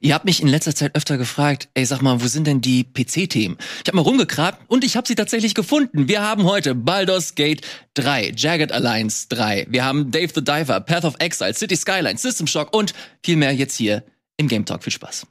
Ihr habt mich in letzter Zeit öfter gefragt, ey, sag mal, wo sind denn die PC-Themen? Ich habe mal rumgekramt und ich habe sie tatsächlich gefunden. Wir haben heute Baldur's Gate 3, Jagged Alliance 3. Wir haben Dave the Diver, Path of Exile, City Skylines, System Shock und viel mehr jetzt hier im Game Talk. Viel Spaß.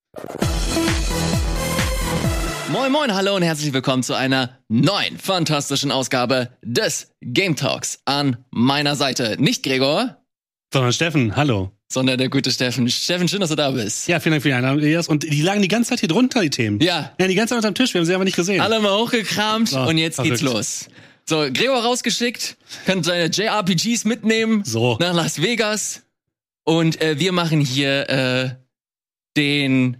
Moin moin, hallo und herzlich willkommen zu einer neuen, fantastischen Ausgabe des Game Talks. An meiner Seite nicht Gregor, sondern Steffen, hallo. Sondern der gute Steffen. Steffen, schön, dass du da bist. Ja, vielen Dank für die Einladung, Elias. Und die lagen die ganze Zeit hier drunter, die Themen. Ja. Ja, die ganze Zeit unterm Tisch, wir haben sie aber nicht gesehen. Alle mal hochgekramt so, und jetzt geht's los. So, Gregor rausgeschickt, könnt seine JRPGs mitnehmen nach Las Vegas. Und wir machen hier den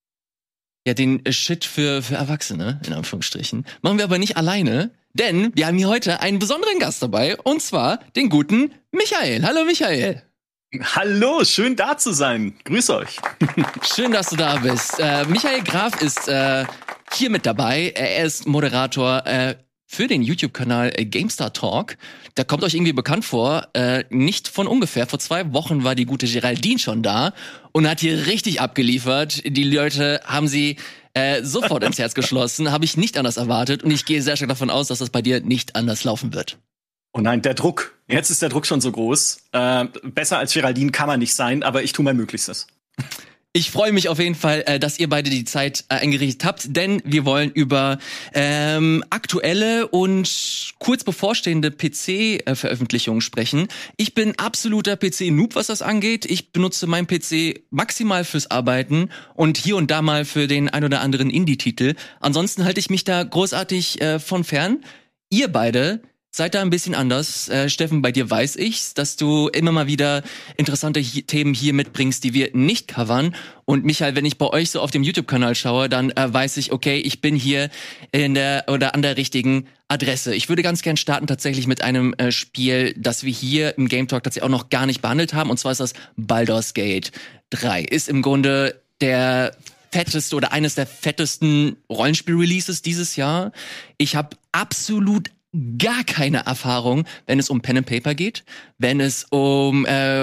Shit für Erwachsene, in Anführungsstrichen. Machen wir aber nicht alleine, denn wir haben hier heute einen besonderen Gast dabei, und zwar den guten Michael. Hallo Michael. Hallo, schön da zu sein. Grüß euch. Schön, dass du da bist. Michael Graf ist hier mit dabei. Er ist Moderator für den YouTube-Kanal GameStar Talk. Da kommt euch irgendwie bekannt vor. Nicht von ungefähr. Vor 2 Wochen war die gute Geraldine schon da und hat hier richtig abgeliefert. Die Leute haben sie sofort ins Herz geschlossen. Habe ich nicht anders erwartet. Und ich gehe sehr stark davon aus, dass das bei dir nicht anders laufen wird. Oh nein, der Druck. Jetzt ist der Druck schon so groß. Besser als Geraldine kann man nicht sein, aber ich tue mein Möglichstes. Ich freue mich auf jeden Fall, dass ihr beide die Zeit eingerichtet habt, denn wir wollen über aktuelle und kurz bevorstehende PC-Veröffentlichungen sprechen. Ich bin absoluter PC-Noob, was das angeht. Ich benutze meinen PC maximal fürs Arbeiten und hier und da mal für den ein oder anderen Indie-Titel. Ansonsten halte ich mich da großartig von fern. Ihr beide seid da ein bisschen anders. Steffen, bei dir weiß ich's, dass du immer mal wieder interessante Themen hier mitbringst, die wir nicht covern. Und Michael, wenn ich bei euch so auf dem YouTube-Kanal schaue, dann weiß ich, okay, ich bin hier an der richtigen Adresse. Ich würde ganz gern starten tatsächlich mit einem Spiel, das wir hier im Game Talk tatsächlich auch noch gar nicht behandelt haben. Und zwar ist das Baldur's Gate 3. Ist im Grunde der fetteste oder eines der fettesten Rollenspiel-Releases dieses Jahr. Ich habe absolut gar keine Erfahrung, wenn es um Pen and Paper geht, wenn es um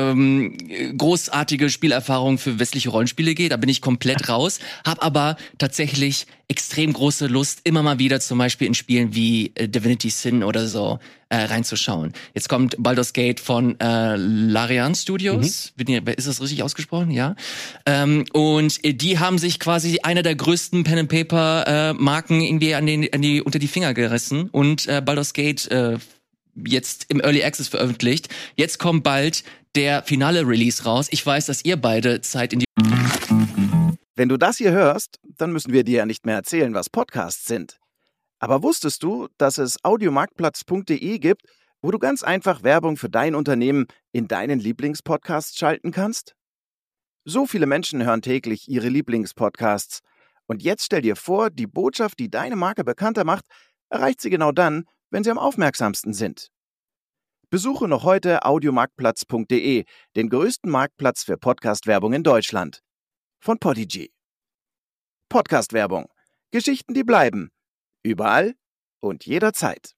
großartige Spielerfahrung für westliche Rollenspiele geht, da bin ich komplett raus, hab aber tatsächlich extrem große Lust, immer mal wieder zum Beispiel in Spielen wie Divinity Sin oder so reinzuschauen. Jetzt kommt Baldur's Gate von Larian Studios. Ist das richtig ausgesprochen? Ja. Und die haben sich quasi einer der größten Pen and Paper Marken irgendwie unter die Finger gerissen und Baldur's Gate jetzt im Early Access veröffentlicht. Jetzt kommt bald der finale Release raus. Ich weiß, dass ihr beide Zeit in die... Wenn du das hier hörst, dann müssen wir dir ja nicht mehr erzählen, was Podcasts sind. Aber wusstest du, dass es audiomarktplatz.de gibt, wo du ganz einfach Werbung für dein Unternehmen in deinen Lieblingspodcasts schalten kannst? So viele Menschen hören täglich ihre Lieblingspodcasts. Und jetzt stell dir vor, die Botschaft, die deine Marke bekannter macht, erreicht sie genau dann, wenn sie am aufmerksamsten sind. Besuche noch heute audiomarktplatz.de, den größten Marktplatz für Podcast-Werbung in Deutschland. Von Podigy. Podcast-Werbung. Geschichten, die bleiben. Überall und jederzeit.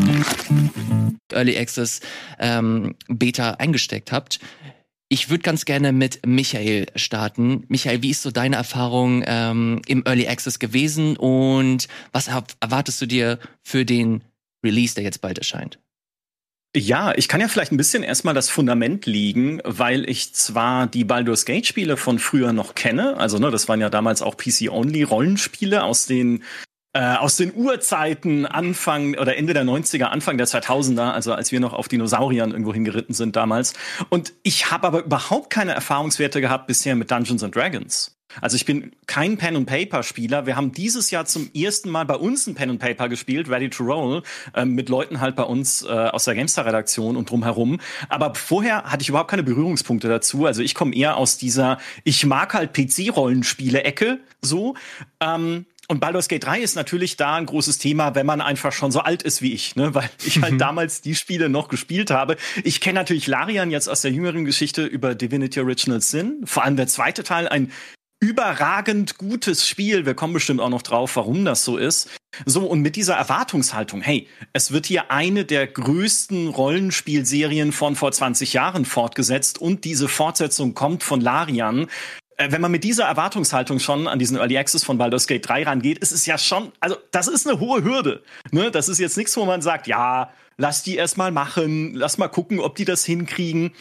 Early Access Beta eingesteckt habt. Ich würde ganz gerne mit Michael starten. Michael, wie ist so deine Erfahrung im Early Access gewesen und was erwartest du dir für den Release, der jetzt bald erscheint? Ja, ich kann ja vielleicht ein bisschen erstmal das Fundament legen, weil ich zwar die Baldur's Gate Spiele von früher noch kenne, also das waren ja damals auch PC-only Rollenspiele aus den Urzeiten, Anfang oder Ende der 90er, Anfang der 2000er, also als wir noch auf Dinosauriern irgendwo hingeritten sind damals. Und ich habe aber überhaupt keine Erfahrungswerte gehabt bisher mit Dungeons & Dragons. Also ich bin kein Pen-and-Paper-Spieler. Wir haben dieses Jahr zum ersten Mal bei uns ein Pen-and-Paper gespielt, Ready to Roll, mit Leuten halt bei uns aus der GameStar-Redaktion und drumherum. Aber vorher hatte ich überhaupt keine Berührungspunkte dazu. Also ich komme eher aus dieser ich mag halt PC-Rollenspiele-Ecke so. Und Baldur's Gate 3 ist natürlich da ein großes Thema, wenn man einfach schon so alt ist wie ich, ne? Weil ich halt damals die Spiele noch gespielt habe. Ich kenne natürlich Larian jetzt aus der jüngeren Geschichte über Divinity Original Sin. Vor allem der zweite Teil, ein überragend gutes Spiel. Wir kommen bestimmt auch noch drauf, warum das so ist. So, und mit dieser Erwartungshaltung, hey, es wird hier eine der größten Rollenspielserien von vor 20 Jahren fortgesetzt und diese Fortsetzung kommt von Larian. wenn man mit dieser Erwartungshaltung schon an diesen Early Access von Baldur's Gate 3 rangeht, ist es ja schon, also das ist eine hohe Hürde. Ne? Das ist jetzt nichts, wo man sagt, ja, lass die erst mal machen, lass mal gucken, ob die das hinkriegen.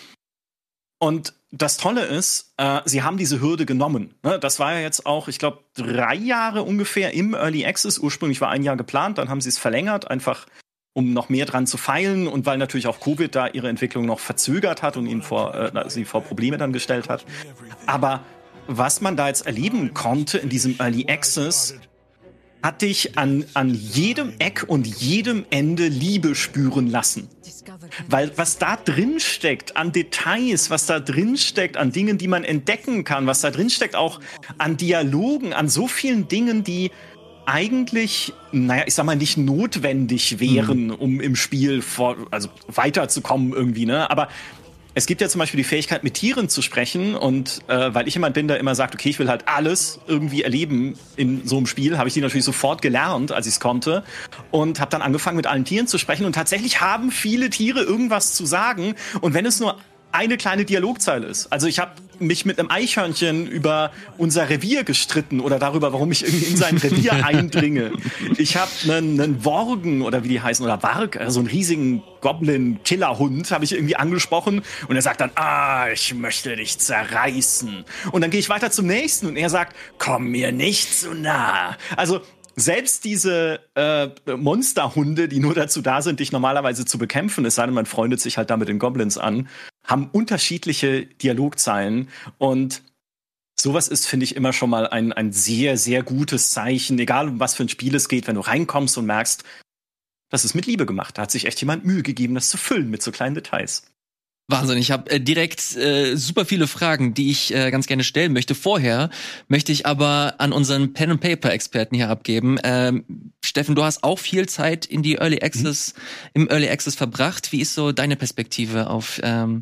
Und das Tolle ist, sie haben diese Hürde genommen. Ne? Das war ja jetzt auch, ich glaube, 3 Jahre ungefähr im Early Access. Ursprünglich war 1 Jahr geplant, dann haben sie es verlängert, einfach um noch mehr dran zu feilen und weil natürlich auch Covid da ihre Entwicklung noch verzögert hat und sie vor Probleme dann gestellt hat. Aber was man da jetzt erleben konnte in diesem Early Access, hat dich an jedem Eck und jedem Ende Liebe spüren lassen. Weil was da drin steckt an Details, was da drin steckt an Dingen, die man entdecken kann, was da drin steckt auch an Dialogen, an so vielen Dingen, die eigentlich, ich sag mal, nicht notwendig wären, um im Spiel weiterzukommen irgendwie, ne? Aber es gibt ja zum Beispiel die Fähigkeit, mit Tieren zu sprechen und weil ich jemand bin, der immer sagt, okay, ich will halt alles irgendwie erleben in so einem Spiel, habe ich die natürlich sofort gelernt, als ich es konnte und habe dann angefangen, mit allen Tieren zu sprechen und tatsächlich haben viele Tiere irgendwas zu sagen und wenn es nur eine kleine Dialogzeile ist. Also ich habe mich mit einem Eichhörnchen über unser Revier gestritten oder darüber, warum ich irgendwie in sein Revier eindringe. Ich habe einen Worgen oder wie die heißen oder Warg, also einen riesigen Goblin-Killerhund habe ich irgendwie angesprochen und er sagt dann, ich möchte dich zerreißen. Und dann gehe ich weiter zum nächsten und er sagt, komm mir nicht zu nah. Also selbst diese Monsterhunde, die nur dazu da sind, dich normalerweise zu bekämpfen, es sei denn, man freundet sich halt da mit den Goblins an, haben unterschiedliche Dialogzeilen. Und sowas ist, finde ich, immer schon mal ein sehr, sehr gutes Zeichen, egal um was für ein Spiel es geht, wenn du reinkommst und merkst, das ist mit Liebe gemacht. Da hat sich echt jemand Mühe gegeben, das zu füllen mit so kleinen Details. Wahnsinn, ich habe direkt super viele Fragen, die ich ganz gerne stellen möchte. Vorher möchte ich aber an unseren Pen-and-Paper-Experten hier abgeben. Steffen, du hast auch viel Zeit in die Early Access, im Early Access verbracht. Wie ist so deine Perspektive auf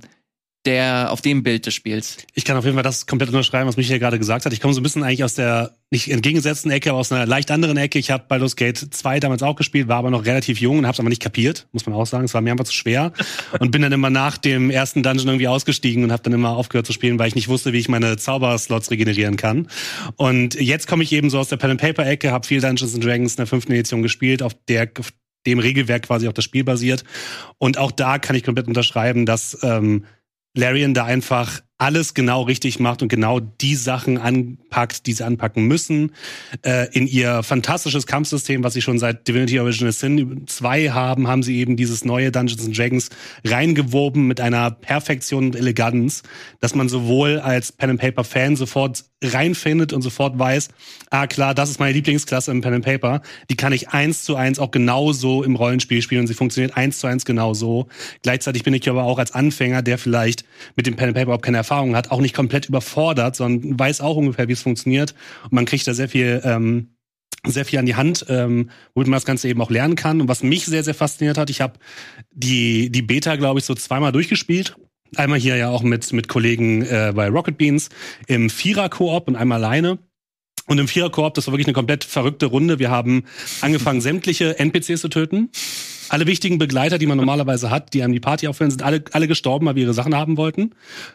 dem Bild des Spiels? Ich kann auf jeden Fall das komplett unterschreiben, was Michael gerade gesagt hat. Ich komme so ein bisschen eigentlich aus der nicht entgegengesetzten Ecke, aber aus einer leicht anderen Ecke. Ich habe Baldur's Gate 2 damals auch gespielt, war aber noch relativ jung und habe es aber nicht kapiert, muss man auch sagen. Es war mir einfach zu schwer und bin dann immer nach dem ersten Dungeon irgendwie ausgestiegen und habe dann immer aufgehört zu spielen, weil ich nicht wusste, wie ich meine Zauberslots regenerieren kann. Und jetzt komme ich eben so aus der Pen-and-Paper-Ecke, habe viel Dungeons & Dragons in der 5. Edition gespielt, auf dem Regelwerk quasi auch das Spiel basiert. Und auch da kann ich komplett unterschreiben, dass Larian da einfach alles genau richtig macht und genau die Sachen anpackt, die sie anpacken müssen. In ihr fantastisches Kampfsystem, was sie schon seit Divinity Original Sin 2 haben sie eben dieses neue Dungeons & Dragons reingewoben mit einer Perfektion und Eleganz, dass man sowohl als Pen-and-Paper-Fan sofort reinfindet und sofort weiß, klar, das ist meine Lieblingsklasse im Pen-and-Paper, die kann ich 1:1 auch genauso im Rollenspiel spielen und sie funktioniert 1:1 genauso. Gleichzeitig bin ich aber auch als Anfänger, der vielleicht mit dem Pen-and-Paper überhaupt keine Erfahrung hat, auch nicht komplett überfordert, sondern weiß auch ungefähr, wie es funktioniert. Und man kriegt da sehr viel an die Hand, womit man das Ganze eben auch lernen kann. Und was mich sehr, sehr fasziniert hat, ich habe die Beta, glaube ich, so 2-mal durchgespielt. Einmal hier ja auch mit Kollegen bei Rocket Beans im 4er-Koop und einmal alleine. Und im 4er-Koop, das war wirklich eine komplett verrückte Runde. Wir haben angefangen, sämtliche NPCs zu töten. Alle wichtigen Begleiter, die man normalerweise hat, die einem die Party auffüllen, sind alle gestorben, weil wir ihre Sachen haben wollten.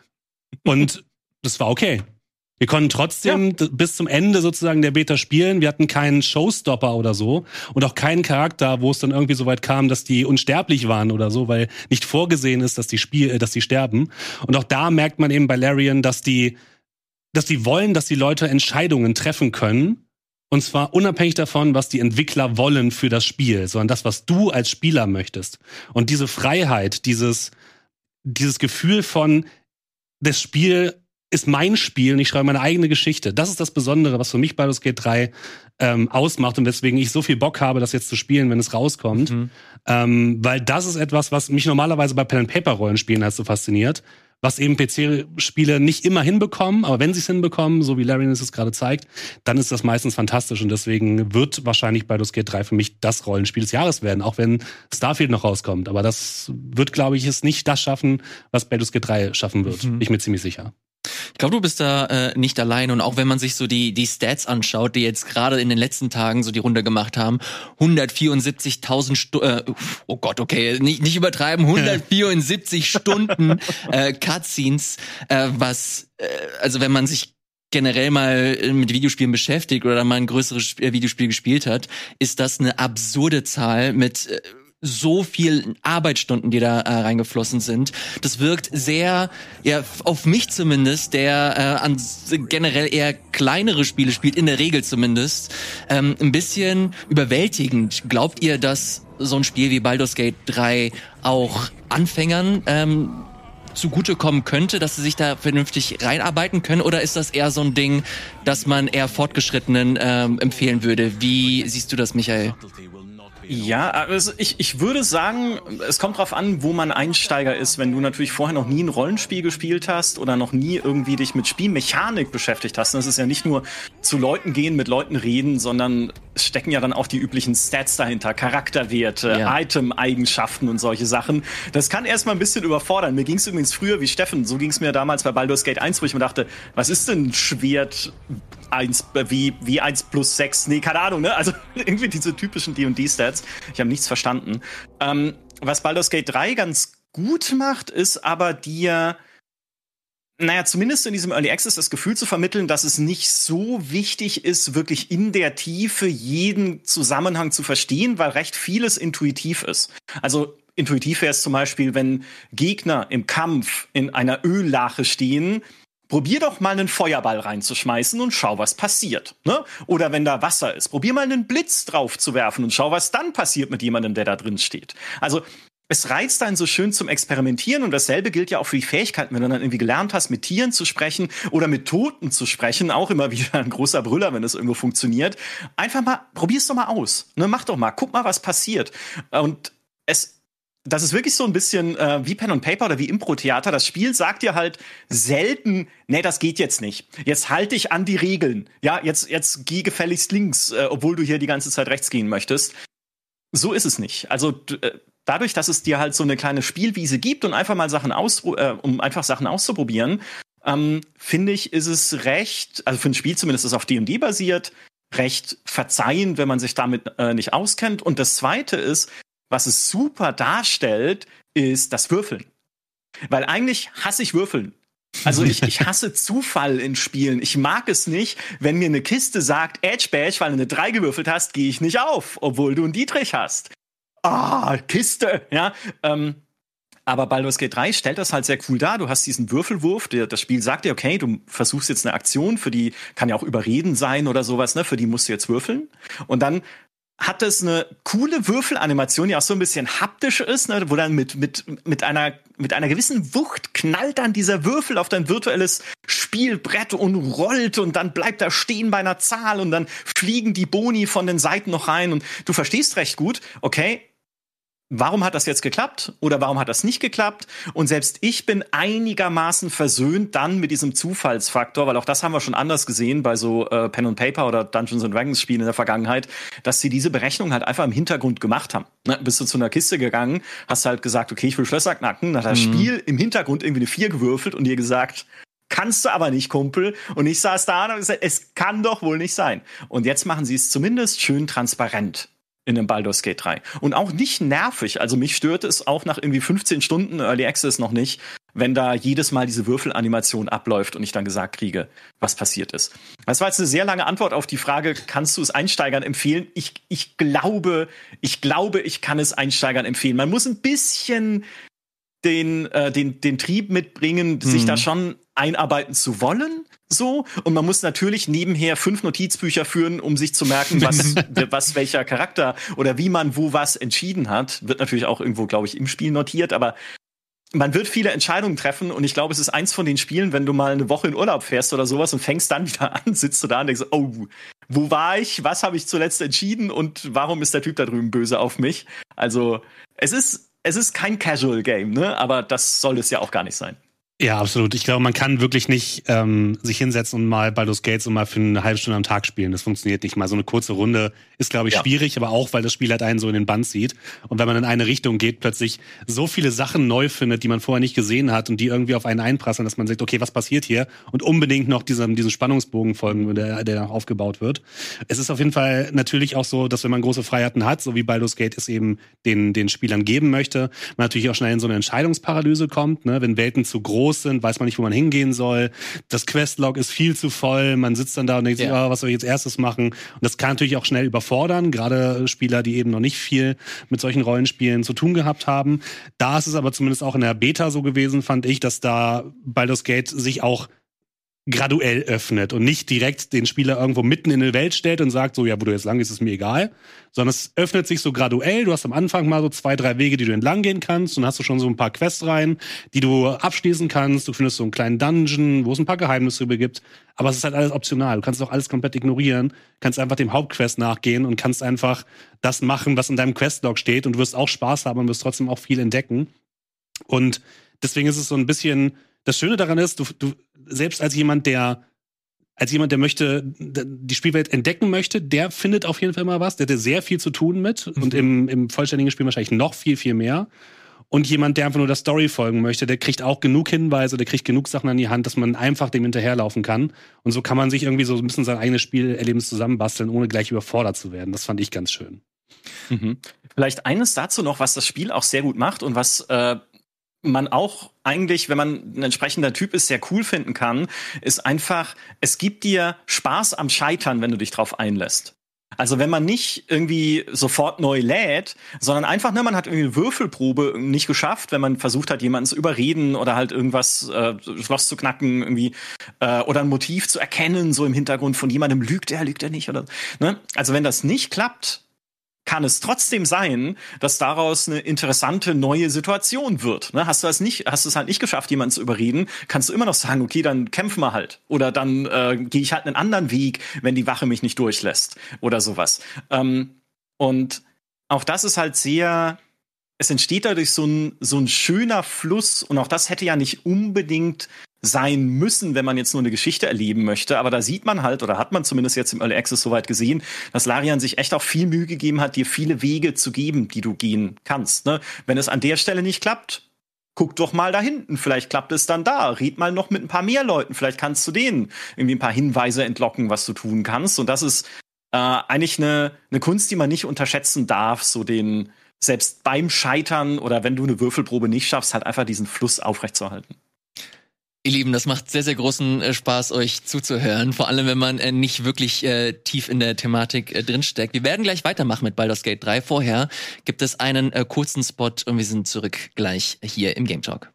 Und das war okay. Wir konnten trotzdem bis zum Ende sozusagen der Beta spielen. Wir hatten keinen Showstopper oder so und auch keinen Charakter, wo es dann irgendwie so weit kam, dass die unsterblich waren oder so, weil nicht vorgesehen ist, dass die sterben. Und auch da merkt man eben bei Larian, dass die wollen, dass die Leute Entscheidungen treffen können. Und zwar unabhängig davon, was die Entwickler wollen für das Spiel, sondern das, was du als Spieler möchtest. Und diese Freiheit, dieses Gefühl von, das Spiel ist mein Spiel und ich schreibe meine eigene Geschichte. Das ist das Besondere, was für mich Baldur's Gate 3 ausmacht und weswegen ich so viel Bock habe, das jetzt zu spielen, wenn es rauskommt. Weil das ist etwas, was mich normalerweise bei Pen-and-Paper-Rollenspielen halt so fasziniert, was eben PC-Spiele nicht immer hinbekommen, aber wenn sie es hinbekommen, so wie Larian es gerade zeigt, dann ist das meistens fantastisch und deswegen wird wahrscheinlich Baldur's Gate 3 für mich das Rollenspiel des Jahres werden, auch wenn Starfield noch rauskommt. Aber das wird, glaube ich, es nicht das schaffen, was Baldur's Gate 3 schaffen wird. Bin ich mir ziemlich sicher. Ich glaube, du bist da nicht allein und auch wenn man sich so die Stats anschaut, die jetzt gerade in den letzten Tagen so die Runde gemacht haben, 174.000 oh Gott, okay, nicht übertreiben, 174 Stunden Cutscenes, also wenn man sich generell mal mit Videospielen beschäftigt oder mal ein größeres Videospiel gespielt hat, ist das eine absurde Zahl mit so viel Arbeitsstunden, die da reingeflossen sind. Das wirkt sehr, ja, auf mich zumindest, der an generell eher kleinere Spiele spielt, in der Regel zumindest, ein bisschen überwältigend. Glaubt ihr, dass so ein Spiel wie Baldur's Gate 3 auch Anfängern zugutekommen könnte, dass sie sich da vernünftig reinarbeiten können? Oder ist das eher so ein Ding, das man eher Fortgeschrittenen empfehlen würde? Wie siehst du das, Michael? Ja, also ich würde sagen, es kommt drauf an, wo man Einsteiger ist. Wenn du natürlich vorher noch nie ein Rollenspiel gespielt hast oder noch nie irgendwie dich mit Spielmechanik beschäftigt hast. Das ist ja nicht nur zu Leuten gehen, mit Leuten reden, sondern es stecken ja dann auch die üblichen Stats dahinter, Charakterwerte, ja, Item-Eigenschaften und solche Sachen. Das kann erstmal ein bisschen überfordern. Mir ging es übrigens früher wie Steffen, so ging es mir damals bei Baldur's Gate 1, wo ich mir dachte, was ist denn ein Schwert 1, wie 1 plus 6? Nee, keine Ahnung, ne? Also irgendwie diese typischen D&D-Stats. Ich habe nichts verstanden. Was Baldur's Gate 3 ganz gut macht, ist aber dir, naja, zumindest in diesem Early Access das Gefühl zu vermitteln, dass es nicht so wichtig ist, wirklich in der Tiefe jeden Zusammenhang zu verstehen, weil recht vieles intuitiv ist. Also intuitiv wäre es zum Beispiel, wenn Gegner im Kampf in einer Öllache stehen, probier doch mal einen Feuerball reinzuschmeißen und schau, was passiert. Ne? Oder wenn da Wasser ist, probier mal einen Blitz drauf zu werfen und schau, was dann passiert mit jemandem, der da drin steht. Also es reizt einen so schön zum Experimentieren und dasselbe gilt ja auch für die Fähigkeiten, wenn du dann irgendwie gelernt hast, mit Tieren zu sprechen oder mit Toten zu sprechen, auch immer wieder ein großer Brüller, wenn das irgendwo funktioniert. Einfach mal, probier's doch mal aus. Ne? Mach doch mal, guck mal, was passiert. Und das ist wirklich so ein bisschen wie Pen and Paper oder wie Impro-Theater. Das Spiel sagt dir halt selten, nee, das geht jetzt nicht. Jetzt halt dich an die Regeln. Ja, jetzt geh gefälligst links, obwohl du hier die ganze Zeit rechts gehen möchtest. So ist es nicht. Also dadurch, dass es dir halt so eine kleine Spielwiese gibt und einfach mal Sachen um einfach Sachen auszuprobieren, finde ich, ist es recht, also für ein Spiel zumindest, das auf D&D basiert, recht verzeihend, wenn man sich damit nicht auskennt. Und das Zweite ist, was es super darstellt, ist das Würfeln. Weil eigentlich hasse ich Würfeln. Also ich hasse Zufall in Spielen. Ich mag es nicht, wenn mir eine Kiste sagt, Edge Badge, weil du eine 3 gewürfelt hast, gehe ich nicht auf, obwohl du einen Dietrich hast. Kiste, ja. Aber Baldur's Gate 3 stellt das halt sehr cool dar. Du hast diesen Würfelwurf, das Spiel sagt dir, okay, du versuchst jetzt eine Aktion, für die kann ja auch Überreden sein oder sowas, ne? Für die musst du jetzt würfeln. Und dann hat es eine coole Würfelanimation, die auch so ein bisschen haptisch ist, ne, wo dann mit einer gewissen Wucht knallt dann dieser Würfel auf dein virtuelles Spielbrett und rollt und dann bleibt er stehen bei einer Zahl und dann fliegen die Boni von den Seiten noch rein und du verstehst recht gut, okay, warum hat das jetzt geklappt oder warum hat das nicht geklappt? Und selbst ich bin einigermaßen versöhnt dann mit diesem Zufallsfaktor, weil auch das haben wir schon anders gesehen bei so Pen and Paper oder Dungeons and Dragons Spielen in der Vergangenheit, dass sie diese Berechnung halt einfach im Hintergrund gemacht haben. Ne? Bist du zu einer Kiste gegangen, hast halt gesagt, okay, ich will Schlösser knacken, dann hat das Spiel im Hintergrund irgendwie eine 4 gewürfelt und dir gesagt, kannst du aber nicht, Kumpel. Und ich saß da und gesagt, es kann doch wohl nicht sein. Und jetzt machen sie es zumindest schön transparent in dem Baldur's Gate 3. Und auch nicht nervig. Also mich stört es auch nach irgendwie 15 Stunden Early Access noch nicht, wenn da jedes Mal diese Würfelanimation abläuft und ich dann gesagt kriege, was passiert ist. Das war jetzt eine sehr lange Antwort auf die Frage, kannst du es Einsteigern empfehlen? Ich glaube, ich kann es Einsteigern empfehlen. Man muss ein bisschen den Trieb mitbringen, sich da schon einarbeiten zu wollen. So, und man muss natürlich nebenher 5 Notizbücher führen, um sich zu merken, was welcher Charakter oder wie man wo was entschieden hat. Wird natürlich auch irgendwo, glaube ich, im Spiel notiert, aber man wird viele Entscheidungen treffen und ich glaube, es ist eins von den Spielen, wenn du mal eine Woche in Urlaub fährst oder sowas und fängst dann wieder an, sitzt du da und denkst, oh, wo war ich? Was habe ich zuletzt entschieden und warum ist der Typ da drüben böse auf mich? Also, es ist kein Casual Game, ne? Aber das soll es ja auch gar nicht sein. Ja, absolut. Ich glaube, man kann wirklich nicht sich hinsetzen und mal Baldur's Gate so mal für eine halbe Stunde am Tag spielen. Das funktioniert nicht mal. So eine kurze Runde ist, glaube ich, schwierig, aber auch, weil das Spiel halt einen so in den Bann zieht. Und wenn man in eine Richtung geht, plötzlich so viele Sachen neu findet, die man vorher nicht gesehen hat und die irgendwie auf einen einprasseln, dass man sagt, okay, was passiert hier? Und unbedingt noch diesen Spannungsbogen folgen, der noch aufgebaut wird. Es ist auf jeden Fall natürlich auch so, dass wenn man große Freiheiten hat, so wie Baldur's Gate es eben den Spielern geben möchte, man natürlich auch schnell in so eine Entscheidungsparalyse kommt, ne? Wenn Welten zu groß groß sind, weiß man nicht, wo man hingehen soll. Das Questlog ist viel zu voll. Man sitzt dann da und denkt sich, was soll ich jetzt erstes machen? Und das kann natürlich auch schnell überfordern, gerade Spieler, die eben noch nicht viel mit solchen Rollenspielen zu tun gehabt haben. Da ist es aber zumindest auch in der Beta so gewesen, fand ich, dass da Baldur's Gate sich auch graduell öffnet und nicht direkt den Spieler irgendwo mitten in eine Welt stellt und sagt so, ja, wo du jetzt lang gehst, ist mir egal. Sondern es öffnet sich so graduell. Du hast am Anfang mal so 2, 3 Wege, die du entlang gehen kannst. Und hast du schon so ein paar Quests rein, die du abschließen kannst. Du findest so einen kleinen Dungeon, wo es ein paar Geheimnisse über gibt. Aber es ist halt alles optional. Du kannst auch alles komplett ignorieren. Kannst einfach dem Hauptquest nachgehen und kannst einfach das machen, was in deinem Questlog steht. Und du wirst auch Spaß haben und wirst trotzdem auch viel entdecken. Und deswegen ist es so ein bisschen, das Schöne daran ist, du selbst als jemand, der möchte, die Spielwelt entdecken möchte, der findet auf jeden Fall mal was. Der hat sehr viel zu tun mit und im vollständigen Spiel wahrscheinlich noch viel, viel mehr. Und jemand, der einfach nur der Story folgen möchte, der kriegt auch genug Hinweise, der kriegt genug Sachen an die Hand, dass man einfach dem hinterherlaufen kann. Und so kann man sich irgendwie so ein bisschen sein eigenes Spielerlebnis zusammenbasteln, ohne gleich überfordert zu werden. Das fand ich ganz schön. Vielleicht eines dazu noch, was das Spiel auch sehr gut macht und was man auch eigentlich, wenn man ein entsprechender Typ ist, sehr cool finden kann, ist einfach, es gibt dir Spaß am Scheitern, wenn du dich drauf einlässt. Also wenn man nicht irgendwie sofort neu lädt, sondern einfach, man hat irgendwie eine Würfelprobe nicht geschafft, wenn man versucht hat, jemanden zu überreden oder halt irgendwas Schloss zu knacken irgendwie oder ein Motiv zu erkennen, so im Hintergrund von jemandem, lügt er nicht oder ne? Also wenn das nicht klappt, kann es trotzdem sein, dass daraus eine interessante neue Situation wird. Ne? Hast du es halt nicht geschafft, jemanden zu überreden, kannst du immer noch sagen, okay, dann kämpfen wir halt. Oder dann gehe ich halt einen anderen Weg, wenn die Wache mich nicht durchlässt. Oder sowas. Und auch das ist halt es entsteht dadurch so ein schöner Fluss. Und auch das hätte ja nicht unbedingt sein müssen, wenn man jetzt nur eine Geschichte erleben möchte. Aber da sieht man halt, oder hat man zumindest jetzt im Early Access soweit gesehen, dass Larian sich echt auch viel Mühe gegeben hat, dir viele Wege zu geben, die du gehen kannst. Ne? Wenn es an der Stelle nicht klappt, guck doch mal da hinten. Vielleicht klappt es dann da. Red mal noch mit ein paar mehr Leuten. Vielleicht kannst du denen irgendwie ein paar Hinweise entlocken, was du tun kannst. Und das ist eigentlich eine Kunst, die man nicht unterschätzen darf, so selbst beim Scheitern oder wenn du eine Würfelprobe nicht schaffst, halt einfach diesen Fluss aufrechtzuerhalten. Ihr Lieben, das macht sehr, sehr großen Spaß, euch zuzuhören. Vor allem, wenn man nicht wirklich tief in der Thematik drinsteckt. Wir werden gleich weitermachen mit Baldur's Gate 3. Vorher gibt es einen kurzen Spot und wir sind zurück gleich hier im Game Talk.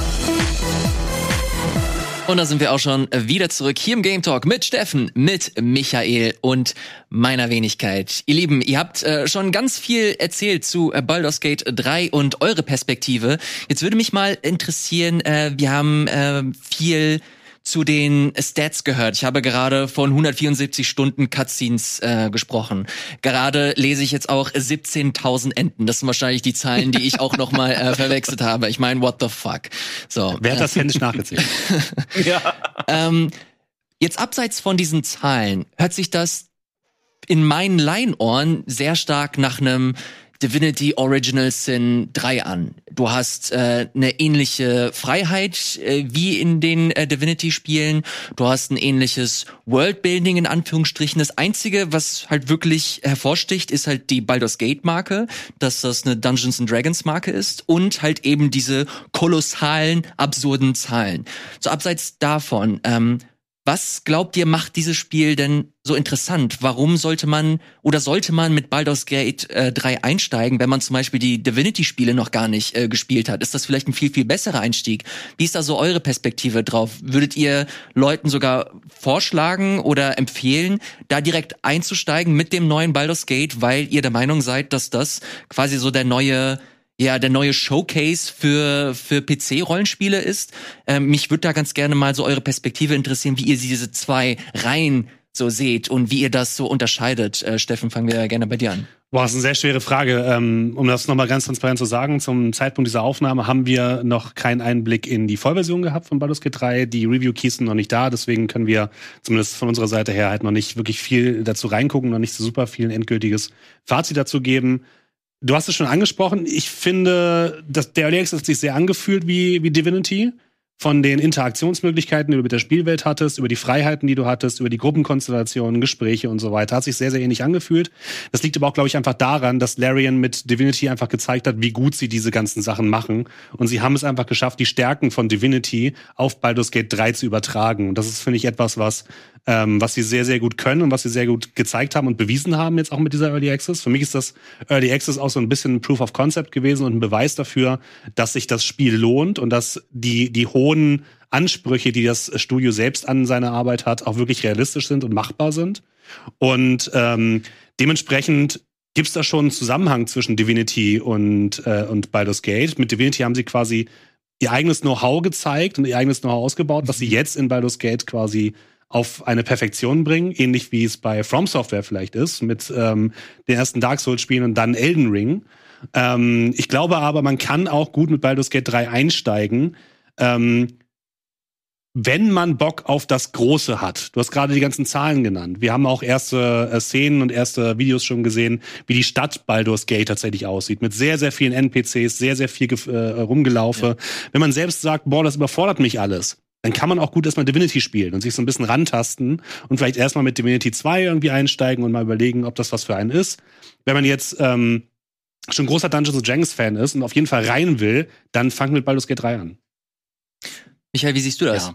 Und da sind wir auch schon wieder zurück hier im Game Talk mit Steffen, mit Michael und meiner Wenigkeit. Ihr Lieben, ihr habt schon ganz viel erzählt zu Baldur's Gate 3 und eure Perspektive. Jetzt würde mich mal interessieren, wir haben viel zu den Stats gehört. Ich habe gerade von 174 Stunden Cutscenes gesprochen. Gerade lese ich jetzt auch 17.000 Enten. Das sind wahrscheinlich die Zahlen, die ich auch noch mal verwechselt habe. Ich meine, what the fuck? So. Wer hat das händisch nachgezählt? Ja. Jetzt abseits von diesen Zahlen hört sich das in meinen Laienohren sehr stark nach einem Divinity Original Sin 3 an. Du hast eine ähnliche Freiheit wie in den Divinity-Spielen. Du hast ein ähnliches Worldbuilding in Anführungsstrichen. Das Einzige, was halt wirklich hervorsticht, ist halt die Baldur's Gate-Marke, dass das eine Dungeons & Dragons-Marke ist und halt eben diese kolossalen, absurden Zahlen. So abseits davon, was glaubt ihr, macht dieses Spiel denn so interessant? Warum sollte man mit Baldur's Gate 3 einsteigen, wenn man zum Beispiel die Divinity-Spiele noch gar nicht gespielt hat? Ist das vielleicht ein viel, viel besserer Einstieg? Wie ist da so eure Perspektive drauf? Würdet ihr Leuten sogar vorschlagen oder empfehlen, da direkt einzusteigen mit dem neuen Baldur's Gate, weil ihr der Meinung seid, dass das quasi so der neue Showcase für PC-Rollenspiele ist? Mich würde da ganz gerne mal so eure Perspektive interessieren, wie ihr diese zwei Reihen so seht und wie ihr das so unterscheidet. Steffen, fangen wir gerne bei dir an. Boah, das ist eine sehr schwere Frage. Um das nochmal ganz transparent zu sagen, zum Zeitpunkt dieser Aufnahme haben wir noch keinen Einblick in die Vollversion gehabt von Baldur's Gate 3. Die Review-Keys sind noch nicht da, deswegen können wir zumindest von unserer Seite her halt noch nicht wirklich viel dazu reingucken, noch nicht so super viel ein endgültiges Fazit dazu geben. Du hast es schon angesprochen. Ich finde, dass der Early Access hat sich sehr angefühlt wie Divinity. von den Interaktionsmöglichkeiten, die du mit der Spielwelt hattest, über die Freiheiten, die du hattest, über die Gruppenkonstellationen, Gespräche und so weiter. Hat sich sehr, sehr ähnlich angefühlt. Das liegt aber auch, glaube ich, einfach daran, dass Larian mit Divinity einfach gezeigt hat, wie gut sie diese ganzen Sachen machen. Und sie haben es einfach geschafft, die Stärken von Divinity auf Baldur's Gate 3 zu übertragen. Und das ist, finde ich, etwas, was sie sehr, sehr gut können und was sie sehr gut gezeigt haben und bewiesen haben jetzt auch mit dieser Early Access. Für mich ist das Early Access auch so ein bisschen ein Proof of Concept gewesen und ein Beweis dafür, dass sich das Spiel lohnt und dass die hohen Ansprüche, die das Studio selbst an seine Arbeit hat, auch wirklich realistisch sind und machbar sind. Und dementsprechend gibt's da schon einen Zusammenhang zwischen Divinity und Baldur's Gate. Mit Divinity haben sie quasi ihr eigenes Know-how gezeigt und ihr eigenes Know-how ausgebaut, was sie jetzt in Baldur's Gate quasi auf eine Perfektion bringen, ähnlich wie es bei From Software vielleicht ist, mit den ersten Dark Souls-Spielen und dann Elden Ring. Ich glaube aber, man kann auch gut mit Baldur's Gate 3 einsteigen, wenn man Bock auf das Große hat. Du hast gerade die ganzen Zahlen genannt. Wir haben auch erste Szenen und erste Videos schon gesehen, wie die Stadt Baldur's Gate tatsächlich aussieht. Mit sehr, sehr vielen NPCs, sehr, sehr viel Rumgelaufe. Ja. Wenn man selbst sagt, boah, das überfordert mich alles, dann kann man auch gut erstmal Divinity spielen und sich so ein bisschen rantasten und vielleicht erstmal mit Divinity 2 irgendwie einsteigen und mal überlegen, ob das was für einen ist. Wenn man jetzt schon großer Dungeons & Dragons Fan ist und auf jeden Fall rein will, dann fangt mit Baldur's Gate 3 an. Michael, wie siehst du das? Ja.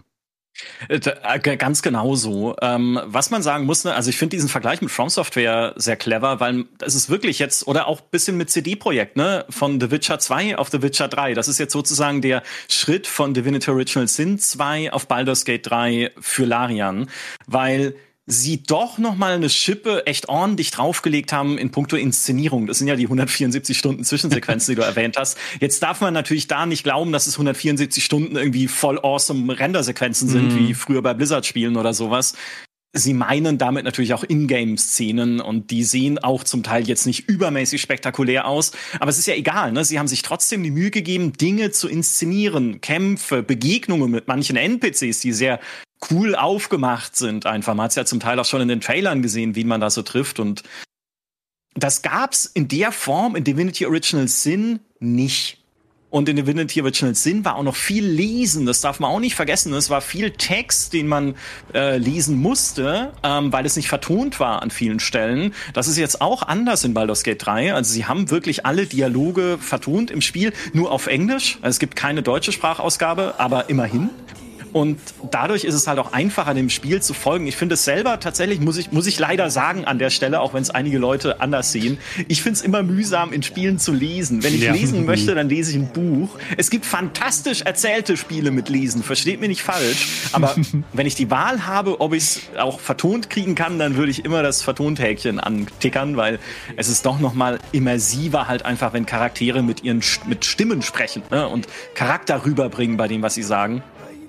Ganz genau so. Was man sagen muss, ne, also ich finde diesen Vergleich mit From Software sehr clever, weil es ist wirklich jetzt, oder auch ein bisschen mit CD-Projekt, ne, von The Witcher 2 auf The Witcher 3. Das ist jetzt sozusagen der Schritt von Divinity Original Sin 2 auf Baldur's Gate 3 für Larian, weil sie doch noch mal eine Schippe echt ordentlich draufgelegt haben in puncto Inszenierung. Das sind ja die 174 Stunden Zwischensequenzen, die du erwähnt hast. Jetzt darf man natürlich da nicht glauben, dass es 174 Stunden irgendwie voll awesome Rendersequenzen sind, wie früher bei Blizzard-Spielen oder sowas. Sie meinen damit natürlich auch Ingame-Szenen und die sehen auch zum Teil jetzt nicht übermäßig spektakulär aus. Aber es ist ja egal, ne? Sie haben sich trotzdem die Mühe gegeben, Dinge zu inszenieren, Kämpfe, Begegnungen mit manchen NPCs, die sehr cool aufgemacht sind einfach. Man hat es ja zum Teil auch schon in den Trailern gesehen, wie man da so trifft. Und das gab's in der Form in Divinity Original Sin nicht. Und in Divinity Original Sin war auch noch viel Lesen. Das darf man auch nicht vergessen. Es war viel Text, den man lesen musste, weil es nicht vertont war an vielen Stellen. Das ist jetzt auch anders in Baldur's Gate 3. Also sie haben wirklich alle Dialoge vertont im Spiel, nur auf Englisch. Also es gibt keine deutsche Sprachausgabe, aber immerhin. Und dadurch ist es halt auch einfacher, dem Spiel zu folgen. Ich finde es selber tatsächlich, muss ich leider sagen an der Stelle, auch wenn es einige Leute anders sehen, ich finde es immer mühsam, in Spielen zu lesen. Wenn ich lesen möchte, dann lese ich ein Buch. Es gibt fantastisch erzählte Spiele mit Lesen, versteht mich nicht falsch. Aber wenn ich die Wahl habe, ob ich es auch vertont kriegen kann, dann würde ich immer das Vertonthäkchen antickern, weil es ist doch noch mal immersiver halt einfach, wenn Charaktere mit Stimmen sprechen, ne, und Charakter rüberbringen bei dem, was sie sagen.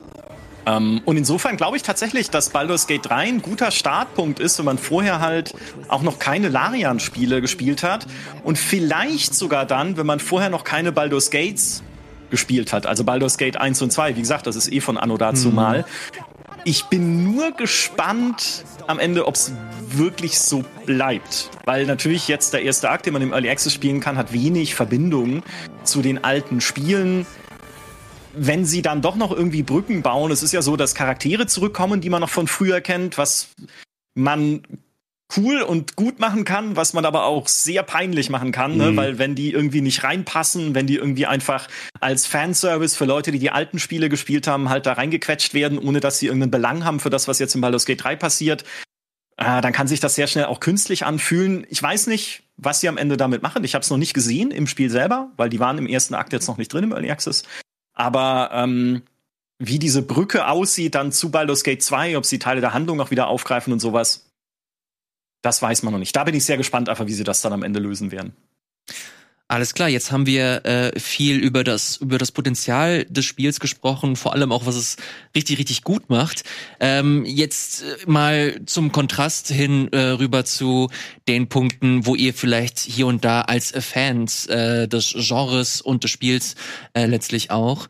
Und insofern glaube ich tatsächlich, dass Baldur's Gate 3 ein guter Startpunkt ist, wenn man vorher halt auch noch keine Larian-Spiele gespielt hat und vielleicht sogar dann, wenn man vorher noch keine Baldur's Gates gespielt hat, also Baldur's Gate 1 und 2, wie gesagt, das ist von anno dazu mal. Ich bin nur gespannt am Ende, ob es wirklich so bleibt, weil natürlich jetzt der erste Akt, den man im Early Access spielen kann, hat wenig Verbindung zu den alten Spielen. Wenn sie dann doch noch irgendwie Brücken bauen, es ist ja so, dass Charaktere zurückkommen, die man noch von früher kennt, was man cool und gut machen kann, was man aber auch sehr peinlich machen kann, ne? Weil wenn die irgendwie nicht reinpassen, wenn die irgendwie einfach als Fanservice für Leute, die die alten Spiele gespielt haben, halt da reingequetscht werden, ohne dass sie irgendeinen Belang haben für das, was jetzt in Baldur's Gate 3 passiert, dann kann sich das sehr schnell auch künstlich anfühlen. Ich weiß nicht, was sie am Ende damit machen. Ich habe es noch nicht gesehen im Spiel selber, weil die waren im ersten Akt jetzt noch nicht drin im Early Access. Aber wie diese Brücke aussieht dann zu Baldur's Gate 2, ob sie Teile der Handlung noch wieder aufgreifen und sowas, das weiß man noch nicht. Da bin ich sehr gespannt, einfach wie sie das dann am Ende lösen werden. Alles klar, jetzt haben wir viel über das Potenzial des Spiels gesprochen, vor allem auch, was es richtig, richtig gut macht. Jetzt mal zum Kontrast hin rüber zu den Punkten, wo ihr vielleicht hier und da als Fans des Genres und des Spiels letztlich auch.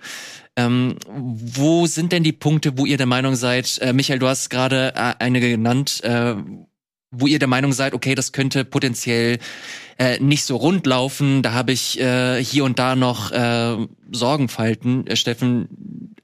Wo sind denn die Punkte, wo ihr der Meinung seid, Michael, du hast gerade einige genannt, wo ihr der Meinung seid, okay, das könnte potenziell nicht so rund laufen, da habe ich hier und da noch Sorgenfalten. Steffen,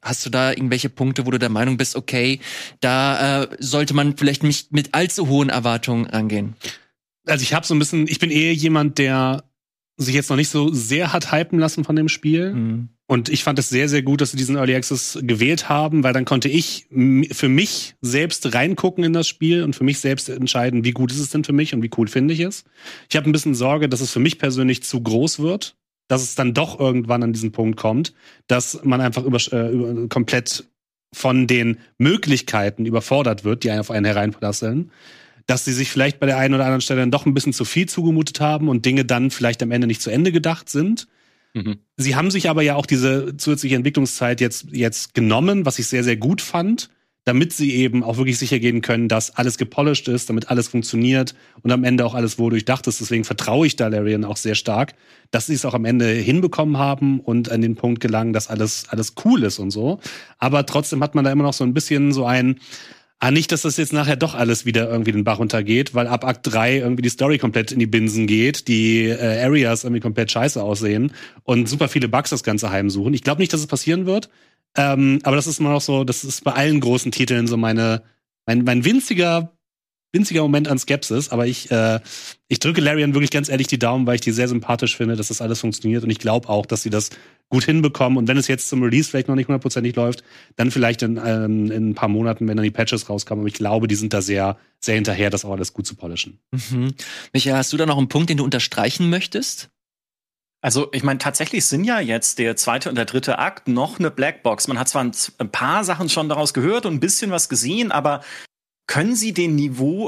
hast du da irgendwelche Punkte, wo du der Meinung bist, okay, da sollte man vielleicht nicht mit allzu hohen Erwartungen rangehen? Also ich bin eher jemand, der sich jetzt noch nicht so sehr hat hypen lassen von dem Spiel. Mhm. Und ich fand es sehr, sehr gut, dass sie diesen Early Access gewählt haben, weil dann konnte ich für mich selbst reingucken in das Spiel und für mich selbst entscheiden, wie gut ist es denn für mich und wie cool finde ich es. Ich habe ein bisschen Sorge, dass es für mich persönlich zu groß wird, dass es dann doch irgendwann an diesen Punkt kommt, dass man einfach komplett von den Möglichkeiten überfordert wird, die auf einen hereinprasseln. Dass sie sich vielleicht bei der einen oder anderen Stelle dann doch ein bisschen zu viel zugemutet haben und Dinge dann vielleicht am Ende nicht zu Ende gedacht sind. Mhm. Sie haben sich aber ja auch diese zusätzliche Entwicklungszeit jetzt genommen, was ich sehr, sehr gut fand, damit sie eben auch wirklich sicher gehen können, dass alles gepolished ist, damit alles funktioniert und am Ende auch alles wohl durchdacht ist. Deswegen vertraue ich da Larian auch sehr stark, dass sie es auch am Ende hinbekommen haben und an den Punkt gelangen, dass alles cool ist und so. Aber trotzdem hat man da immer noch so ein bisschen so nicht, dass das jetzt nachher doch alles wieder irgendwie den Bach runtergeht, weil ab Akt 3 irgendwie die Story komplett in die Binsen geht, die Areas irgendwie komplett scheiße aussehen und super viele Bugs das Ganze heimsuchen. Ich glaube nicht, dass es passieren wird, aber das ist immer noch so, das ist bei allen großen Titeln so mein winziger Moment an Skepsis, aber ich drücke Larian wirklich ganz ehrlich die Daumen, weil ich die sehr sympathisch finde, dass das alles funktioniert und ich glaube auch, dass sie das gut hinbekommen und wenn es jetzt zum Release vielleicht noch nicht 100% läuft, dann vielleicht in ein paar Monaten, wenn dann die Patches rauskommen, aber ich glaube, die sind da sehr, sehr hinterher, das auch alles gut zu polishen. Mhm. Michael, hast du da noch einen Punkt, den du unterstreichen möchtest? Also, ich meine, tatsächlich sind ja jetzt der 2. und der 3. Akt noch eine Blackbox. Man hat zwar ein paar Sachen schon daraus gehört und ein bisschen was gesehen, aber können Sie können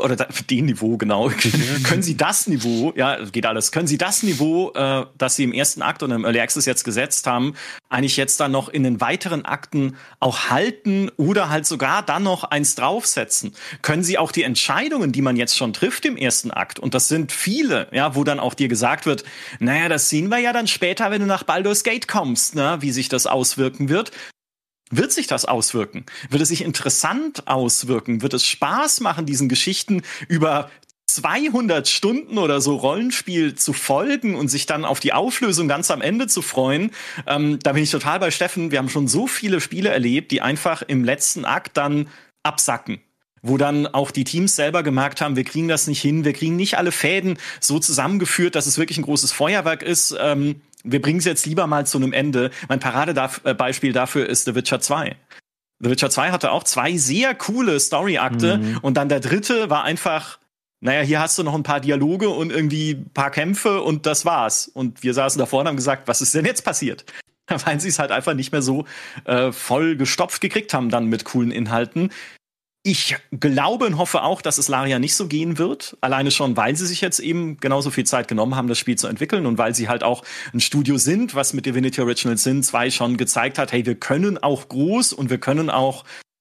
Sie das Niveau, ja, geht alles, können Sie das Niveau, das Sie im 1. Akt und im Early Access jetzt gesetzt haben, eigentlich jetzt dann noch in den weiteren Akten auch halten oder halt sogar dann noch eins draufsetzen? Können Sie auch die Entscheidungen, die man jetzt schon trifft im 1. Akt, und das sind viele, ja, wo dann auch dir gesagt wird, naja, das sehen wir ja dann später, wenn du nach Baldur's Gate kommst, ne, wie sich das auswirken wird. Wird sich das auswirken? Wird es sich interessant auswirken? Wird es Spaß machen, diesen Geschichten über 200 Stunden oder so Rollenspiel zu folgen und sich dann auf die Auflösung ganz am Ende zu freuen? Da bin ich total bei Steffen. Wir haben schon so viele Spiele erlebt, die einfach im letzten Akt dann absacken. Wo dann auch die Teams selber gemerkt haben, wir kriegen das nicht hin, wir kriegen nicht alle Fäden so zusammengeführt, dass es wirklich ein großes Feuerwerk ist. Wir bringen es jetzt lieber mal zu einem Ende. Mein Paradebeispiel dafür ist The Witcher 2. The Witcher 2 hatte auch 2 sehr coole Story-Akte und dann der 3. war einfach, naja, hier hast du noch ein paar Dialoge und irgendwie ein paar Kämpfe und das war's. Und wir saßen davor und haben gesagt, was ist denn jetzt passiert? Weil sie es halt einfach nicht mehr so voll gestopft gekriegt haben dann mit coolen Inhalten. Ich glaube und hoffe auch, dass es Larian nicht so gehen wird. Alleine schon, weil sie sich jetzt eben genauso viel Zeit genommen haben, das Spiel zu entwickeln und weil sie halt auch ein Studio sind, was mit Divinity Original Sin 2 schon gezeigt hat, hey, wir können auch groß und wir können auch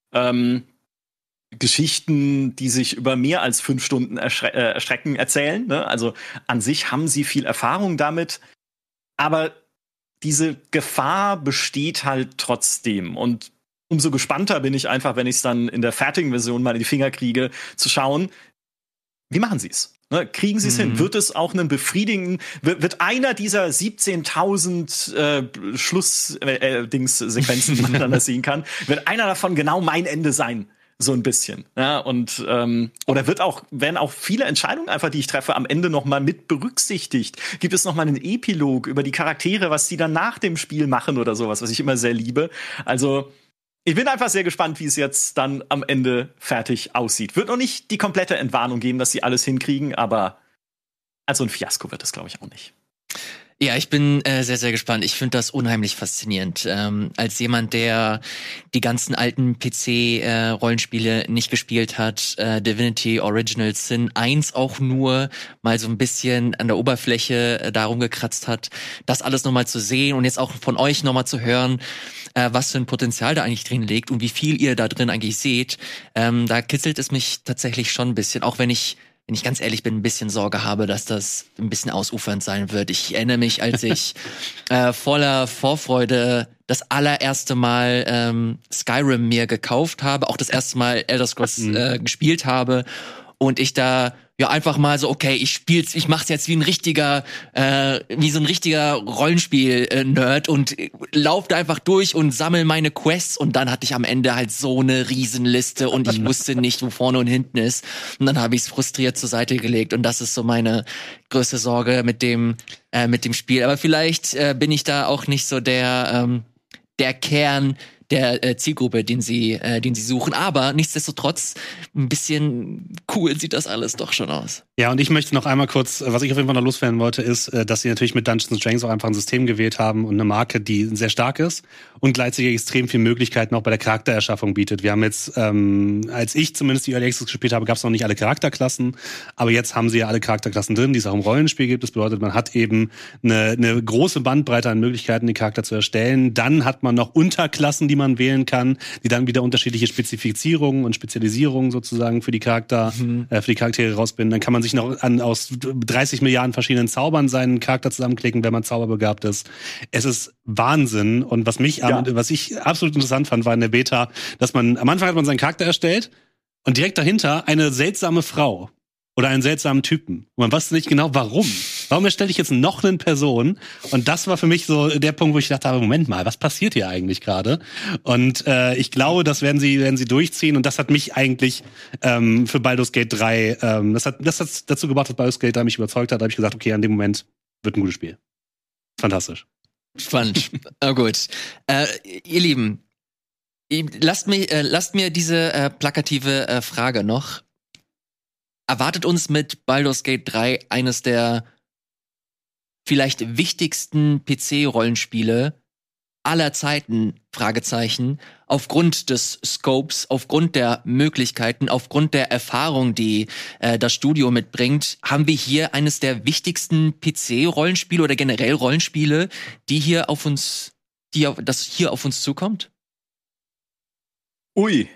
Geschichten, die sich über mehr als 5 Stunden erstrecken, erzählen. Ne? Also an sich haben sie viel Erfahrung damit. Aber diese Gefahr besteht halt trotzdem. Und umso gespannter bin ich einfach, wenn ich es dann in der fertigen Version mal in die Finger kriege, zu schauen, wie machen sie es? Ne, kriegen sie es hin? Wird es auch einen befriedigenden, wird einer dieser 17.000 Schluss-Sequenzen, die man dann sehen kann, wird einer davon genau mein Ende sein? So ein bisschen. Ja, und oder werden auch viele Entscheidungen einfach, die ich treffe, am Ende noch mal mit berücksichtigt? Gibt es noch mal einen Epilog über die Charaktere, was die dann nach dem Spiel machen oder sowas, was ich immer sehr liebe? Also ich bin einfach sehr gespannt, wie es jetzt dann am Ende fertig aussieht. Wird noch nicht die komplette Entwarnung geben, dass sie alles hinkriegen, aber also ein Fiasko wird es, glaube ich, auch nicht. Ja, ich bin sehr, sehr gespannt. Ich finde das unheimlich faszinierend. Als jemand, der die ganzen alten PC-Rollenspiele nicht gespielt hat, Divinity Original Sin 1 auch nur mal so ein bisschen an der Oberfläche darum gekratzt hat, das alles nochmal zu sehen und jetzt auch von euch nochmal zu hören, was für ein Potenzial da eigentlich drin liegt und wie viel ihr da drin eigentlich seht, da kitzelt es mich tatsächlich schon ein bisschen, auch wenn ich ganz ehrlich bin, ein bisschen Sorge habe, dass das ein bisschen ausufernd sein wird. Ich erinnere mich, als ich voller Vorfreude das allererste Mal Skyrim mir gekauft habe, auch das erste Mal Elder Scrolls gespielt habe und ich da ja, einfach mal so, okay, ich mach's jetzt wie so ein richtiger Rollenspiel-Nerd und lauf da einfach durch und sammel meine Quests und dann hatte ich am Ende halt so eine Riesenliste und ich wusste nicht, wo vorne und hinten ist. Und dann habe ich es frustriert zur Seite gelegt und das ist so meine größte Sorge mit dem Spiel. Aber vielleicht bin ich da auch nicht so der Kern der Zielgruppe, den sie suchen. Aber nichtsdestotrotz, ein bisschen cool sieht das alles doch schon aus. Ja, und ich möchte noch einmal kurz, was ich auf jeden Fall noch loswerden wollte, ist, dass sie natürlich mit Dungeons & Dragons auch einfach ein System gewählt haben und eine Marke, die sehr stark ist und gleichzeitig extrem viele Möglichkeiten auch bei der Charaktererschaffung bietet. Wir haben jetzt, als ich zumindest die Early Access gespielt habe, gab es noch nicht alle Charakterklassen, aber jetzt haben sie ja alle Charakterklassen drin, die es auch im Rollenspiel gibt. Das bedeutet, man hat eben eine große Bandbreite an Möglichkeiten, die Charakter zu erstellen. Dann hat man noch Unterklassen, die man wählen kann, die dann wieder unterschiedliche Spezifizierungen und Spezialisierungen sozusagen für die Charaktere rausbinden. Dann kann man sich noch aus 30 Milliarden verschiedenen Zaubern seinen Charakter zusammenklicken, wenn man zauberbegabt ist. Es ist Wahnsinn. Und was ich absolut interessant fand, war in der Beta, dass man, am Anfang hat man seinen Charakter erstellt und direkt dahinter eine seltsame Frau oder einen seltsamen Typen. Und man wusste nicht genau, warum. Warum erstelle ich jetzt noch eine Person? Und das war für mich so der Punkt, wo ich dachte, Moment mal, was passiert hier eigentlich gerade? Und ich glaube, das werden sie durchziehen. Und das hat mich eigentlich für Baldur's Gate 3, das hat dazu gebracht, dass Baldur's Gate 3 mich überzeugt hat. Da habe ich gesagt, okay, an dem Moment wird ein gutes Spiel. Fantastisch. Spannend. Oh, gut. Ihr Lieben, lasst mir diese plakative Frage noch. Erwartet uns mit Baldur's Gate 3 eines der vielleicht wichtigsten PC-Rollenspiele aller Zeiten, Fragezeichen, aufgrund des Scopes, aufgrund der Möglichkeiten, aufgrund der Erfahrung, die das Studio mitbringt, haben wir hier eines der wichtigsten PC-Rollenspiele oder generell Rollenspiele, das hier auf uns zukommt? Ui.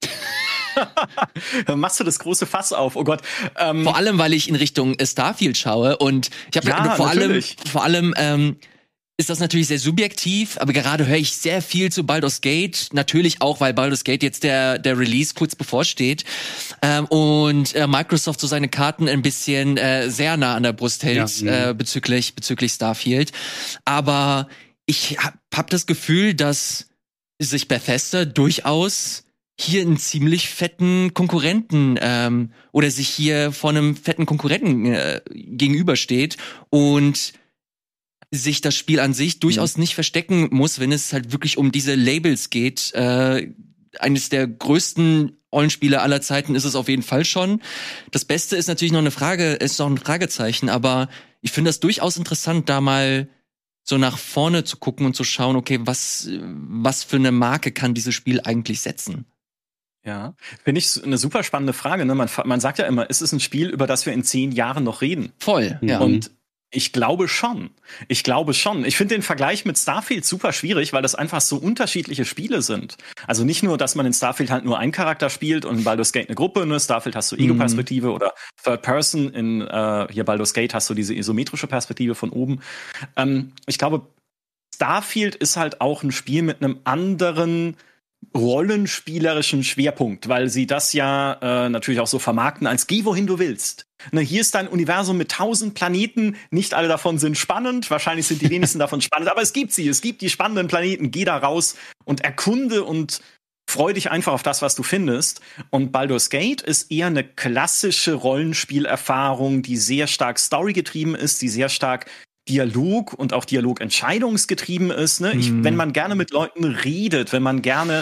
Dann machst du das große Fass auf, oh Gott. Vor allem, weil ich in Richtung Starfield schaue und ich habe vor allem ist das natürlich sehr subjektiv, aber gerade höre ich sehr viel zu Baldur's Gate, natürlich auch, weil Baldur's Gate jetzt der Release kurz bevorsteht und Microsoft so seine Karten ein bisschen sehr nah an der Brust hält bezüglich Starfield. Aber ich hab das Gefühl, dass sich Bethesda durchaus hier einen ziemlich fetten Konkurrenten oder sich hier vor einem fetten Konkurrenten gegenübersteht und sich das Spiel an sich durchaus nicht verstecken muss, wenn es halt wirklich um diese Labels geht. Eines der größten Rollenspiele aller Zeiten ist es auf jeden Fall schon. Das Beste ist natürlich noch ein Fragezeichen, aber ich finde das durchaus interessant, da mal so nach vorne zu gucken und zu schauen, okay, was für eine Marke kann dieses Spiel eigentlich setzen? Ja, finde ich eine super spannende Frage. Ne? Man sagt ja immer, ist es ein Spiel, über das wir in 10 Jahren noch reden? Voll, ja. Und ich glaube schon. Ich finde den Vergleich mit Starfield super schwierig, weil das einfach so unterschiedliche Spiele sind. Also nicht nur, dass man in Starfield halt nur einen Charakter spielt und in Baldur's Gate eine Gruppe, ne? Starfield hast du Ego-Perspektive oder Third Person, in hier Baldur's Gate hast du diese isometrische Perspektive von oben. Ich glaube, Starfield ist halt auch ein Spiel mit einem anderen rollenspielerischen Schwerpunkt, weil sie das ja natürlich auch so vermarkten als geh wohin du willst. Ne, hier ist ein Universum mit 1000 Planeten, nicht alle davon sind spannend, wahrscheinlich sind die wenigsten davon spannend, aber es gibt die spannenden Planeten, geh da raus und erkunde und freu dich einfach auf das, was du findest. Und Baldur's Gate ist eher eine klassische Rollenspielerfahrung, die sehr stark storygetrieben ist, die sehr stark Dialog und auch Dialogentscheidungsgetrieben ist. Ne? Wenn man gerne mit Leuten redet, wenn man gerne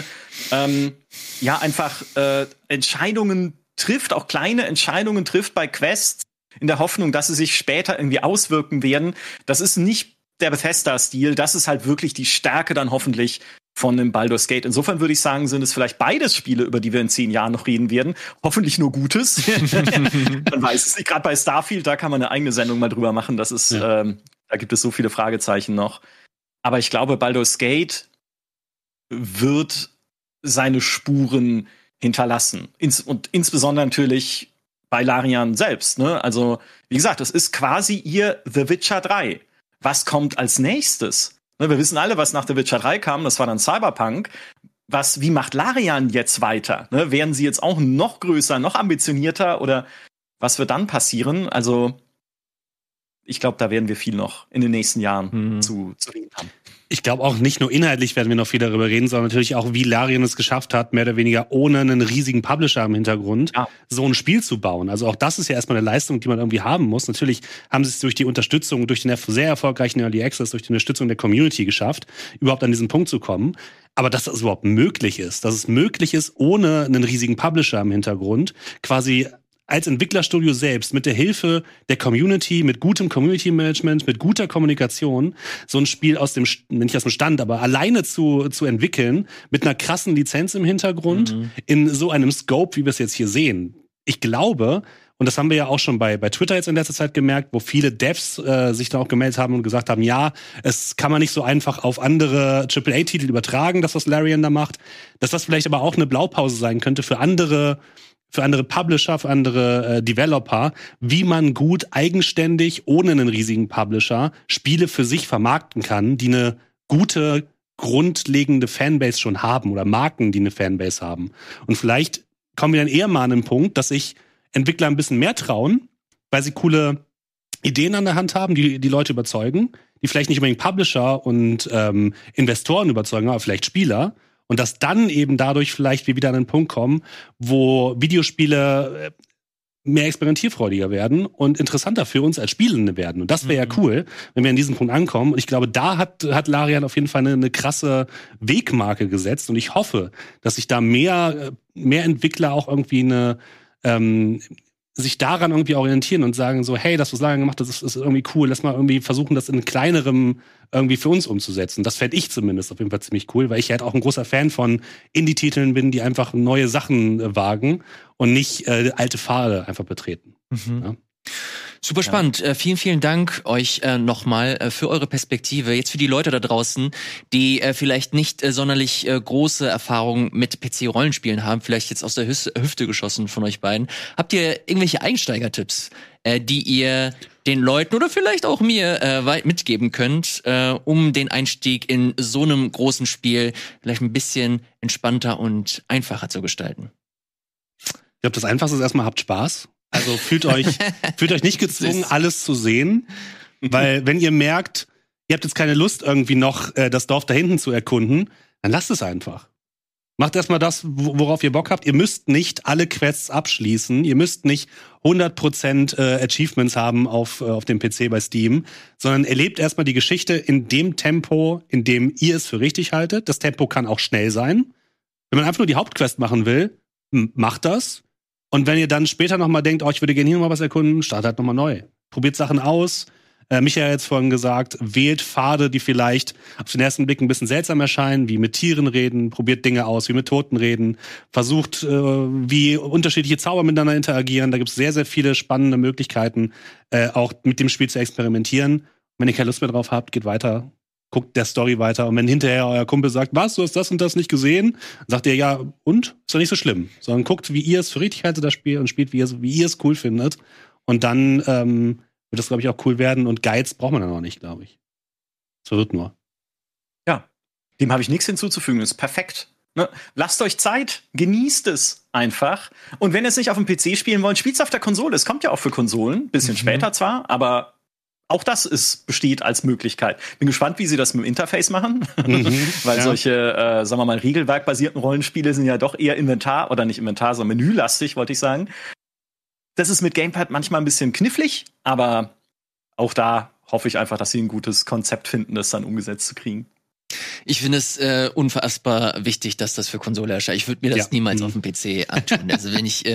einfach Entscheidungen trifft, auch kleine Entscheidungen trifft bei Quests, in der Hoffnung, dass sie sich später irgendwie auswirken werden. Das ist nicht der Bethesda-Stil, das ist halt wirklich die Stärke dann hoffentlich von dem Baldur's Gate. Insofern würde ich sagen, sind es vielleicht beides Spiele, über die wir in 10 Jahren noch reden werden. Hoffentlich nur Gutes. Man weiß es nicht. Gerade bei Starfield, da kann man eine eigene Sendung mal drüber machen. Das ist, da gibt es so viele Fragezeichen noch. Aber ich glaube, Baldur's Gate wird seine Spuren hinterlassen. Und insbesondere natürlich bei Larian selbst. Ne? Also, wie gesagt, es ist quasi ihr The Witcher 3. Was kommt als nächstes? Ne, wir wissen alle, was nach The Witcher 3 kam. Das war dann Cyberpunk. Wie macht Larian jetzt weiter? Ne? Werden sie jetzt auch noch größer, noch ambitionierter? Oder was wird dann passieren? Also, ich glaube, da werden wir viel noch in den nächsten Jahren zu reden haben. Ich glaube auch nicht nur inhaltlich werden wir noch viel darüber reden, sondern natürlich auch, wie Larian es geschafft hat, mehr oder weniger ohne einen riesigen Publisher im Hintergrund so ein Spiel zu bauen. Also auch das ist ja erstmal eine Leistung, die man irgendwie haben muss. Natürlich haben sie es durch die Unterstützung, durch den sehr erfolgreichen Early Access, durch die Unterstützung der Community geschafft, überhaupt an diesen Punkt zu kommen. Aber dass das überhaupt möglich ist, dass es möglich ist, ohne einen riesigen Publisher im Hintergrund, quasi als Entwicklerstudio selbst, mit der Hilfe der Community, mit gutem Community-Management, mit guter Kommunikation, so ein Spiel aus dem, nicht aus dem Stand, aber alleine zu entwickeln, mit einer krassen Lizenz im Hintergrund, in so einem Scope, wie wir es jetzt hier sehen. Ich glaube, und das haben wir ja auch schon bei Twitter jetzt in letzter Zeit gemerkt, wo viele Devs sich da auch gemeldet haben und gesagt haben, ja, es kann man nicht so einfach auf andere AAA-Titel übertragen, das, was Larian da macht, dass das vielleicht aber auch eine Blaupause sein könnte für andere Publisher, für andere Developer, wie man gut eigenständig, ohne einen riesigen Publisher, Spiele für sich vermarkten kann, die eine gute, grundlegende Fanbase schon haben oder Marken, die eine Fanbase haben. Und vielleicht kommen wir dann eher mal an den Punkt, dass sich Entwickler ein bisschen mehr trauen, weil sie coole Ideen an der Hand haben, die Leute überzeugen, die vielleicht nicht unbedingt Publisher und Investoren überzeugen, aber vielleicht Spieler. Und dass dann eben dadurch vielleicht wir wieder an den Punkt kommen, wo Videospiele mehr experimentierfreudiger werden und interessanter für uns als Spielende werden. Und das wäre ja cool, wenn wir an diesen Punkt ankommen. Und ich glaube, da hat Larian auf jeden Fall eine krasse Wegmarke gesetzt. Und ich hoffe, dass sich da mehr Entwickler auch irgendwie sich daran irgendwie orientieren und sagen so, hey, das, was Larian gemacht hat, ist irgendwie cool. Lass mal irgendwie versuchen, das in kleinerem irgendwie für uns umzusetzen. Das fände ich zumindest auf jeden Fall ziemlich cool, weil ich halt auch ein großer Fan von Indie-Titeln bin, die einfach neue Sachen wagen und nicht alte Pfade einfach betreten. Ja? Super spannend. Vielen, vielen Dank euch nochmal für eure Perspektive. Jetzt für die Leute da draußen, die vielleicht nicht sonderlich große Erfahrungen mit PC-Rollenspielen haben, vielleicht jetzt aus der Hüfte geschossen von euch beiden. Habt ihr irgendwelche Einsteigertipps, die ihr den Leuten oder vielleicht auch mir mitgeben könnt, um den Einstieg in so einem großen Spiel vielleicht ein bisschen entspannter und einfacher zu gestalten? Ich glaube, das Einfachste ist erstmal, habt Spaß. Also fühlt euch nicht gezwungen, alles zu sehen, weil wenn ihr merkt, ihr habt jetzt keine Lust, irgendwie noch das Dorf da hinten zu erkunden, dann lasst es einfach. Macht erstmal das, worauf ihr Bock habt. Ihr müsst nicht alle Quests abschließen. Ihr müsst nicht 100% Achievements haben auf dem PC bei Steam, sondern erlebt erstmal die Geschichte in dem Tempo, in dem ihr es für richtig haltet. Das Tempo kann auch schnell sein. Wenn man einfach nur die Hauptquest machen will, macht das. Und wenn ihr dann später noch mal denkt, ich würde gerne hier noch mal was erkunden, startet halt noch mal neu. Probiert Sachen aus. Michael hat jetzt vorhin gesagt, wählt Pfade, die vielleicht auf den ersten Blick ein bisschen seltsam erscheinen, wie mit Tieren reden, probiert Dinge aus, wie mit Toten reden, versucht, wie unterschiedliche Zauber miteinander interagieren. Da gibt es sehr, sehr viele spannende Möglichkeiten, auch mit dem Spiel zu experimentieren. Wenn ihr keine Lust mehr drauf habt, geht weiter. Guckt der Story weiter. Und wenn hinterher euer Kumpel sagt, was, du hast das und das nicht gesehen, dann sagt ihr, ja, und? Ist doch nicht so schlimm. Sondern guckt, wie ihr es für richtig haltet, das Spiel, und spielt, wie ihr es cool findet. Und dann wird das, glaube ich, auch cool werden. Und Guides braucht man dann auch nicht, glaube ich. So wird nur. Ja, dem habe ich nichts hinzuzufügen. Das ist perfekt. Ne? Lasst euch Zeit, genießt es einfach. Und wenn ihr es nicht auf dem PC spielen wollt, spielt es auf der Konsole. Es kommt ja auch für Konsolen. Bisschen später zwar, aber auch das besteht als Möglichkeit. Bin gespannt, wie sie das mit dem Interface machen. Weil solche, sagen wir mal, regelwerkbasierten Rollenspiele sind ja doch eher sondern menülastig, wollte ich sagen. Das ist mit Gamepad manchmal ein bisschen knifflig, aber auch da hoffe ich einfach, dass sie ein gutes Konzept finden, das dann umgesetzt zu kriegen. Ich finde es unfassbar wichtig, dass das für Konsole erscheint. Ich würde mir das niemals auf dem PC antun. Also wenn ich,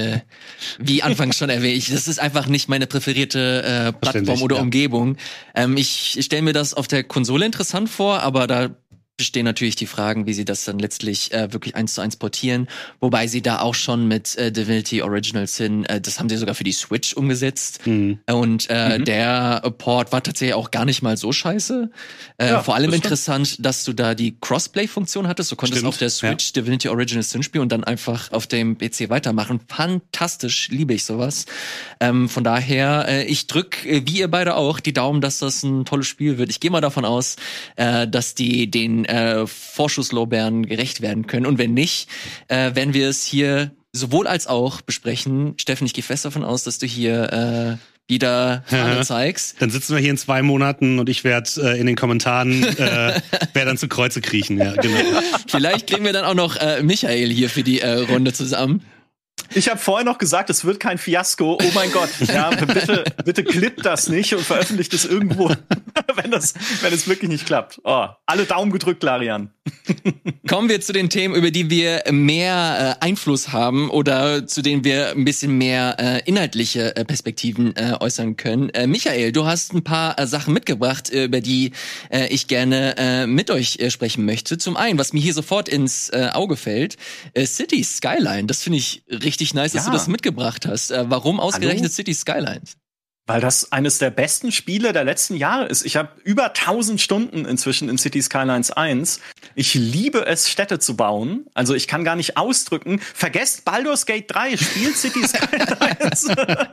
wie anfangs schon erwähnt, das ist einfach nicht meine präferierte Plattform oder Umgebung. Ich stelle mir das auf der Konsole interessant vor, aber da bestehen natürlich die Fragen, wie sie das dann letztlich wirklich 1:1 portieren. Wobei sie da auch schon mit Divinity Original Sin, das haben sie sogar für die Switch umgesetzt. Und der Port war tatsächlich auch gar nicht mal so scheiße. Vor allem interessant, dass du da die Crossplay-Funktion hattest. Du konntest auf der Switch Divinity Original Sin spielen und dann einfach auf dem PC weitermachen. Fantastisch, liebe ich sowas. Von daher, ich drück, wie ihr beide auch, die Daumen, dass das ein tolles Spiel wird. Ich gehe mal davon aus, dass die den Vorschusslorbeeren gerecht werden können. Und wenn nicht, werden wir es hier sowohl als auch besprechen. Steffen, ich gehe fest davon aus, dass du hier wieder Fahne zeigst. Dann sitzen wir hier in 2 Monaten und ich werde in den Kommentaren werde dann zu Kreuze kriechen. Ja, genau. Vielleicht kriegen wir dann auch noch Michael hier für die Runde zusammen. Ich habe vorher noch gesagt, es wird kein Fiasko. Oh mein Gott, ja, bitte klippt das nicht und veröffentlicht es irgendwo, wenn es wirklich nicht klappt. Oh, alle Daumen gedrückt, Larian. Kommen wir zu den Themen, über die wir mehr Einfluss haben oder zu denen wir ein bisschen mehr inhaltliche Perspektiven äußern können. Michael, du hast ein paar Sachen mitgebracht, über die ich gerne mit euch sprechen möchte. Zum einen, was mir hier sofort ins Auge fällt, Cities Skyline. Das finde ich richtig nice, dass du das mitgebracht hast. Warum ausgerechnet Cities Skylines? Weil das eines der besten Spiele der letzten Jahre ist. Ich habe über 1000 Stunden inzwischen in Cities Skylines 1. Ich liebe es, Städte zu bauen. Also ich kann gar nicht ausdrücken. Vergesst Baldur's Gate 3, spielt Cities Skylines.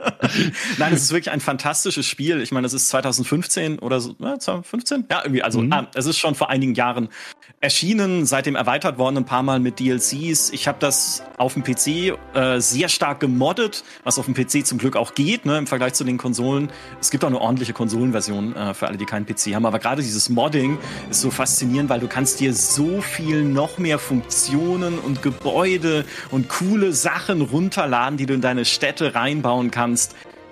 Nein, es ist wirklich ein fantastisches Spiel. Ich meine, das ist 2015 oder so. 2015? Ja, irgendwie. Also es ist schon vor einigen Jahren erschienen, seitdem erweitert worden, ein paar Mal mit DLCs. Ich habe das auf dem PC sehr stark gemoddet, was auf dem PC zum Glück auch geht, ne, im Vergleich zu den Konsolen. Es gibt auch eine ordentliche Konsolenversion für alle, die keinen PC haben. Aber gerade dieses Modding ist so faszinierend, weil du kannst dir so viel noch mehr Funktionen und Gebäude und coole Sachen runterladen, die du in deine Städte reinbauen kannst.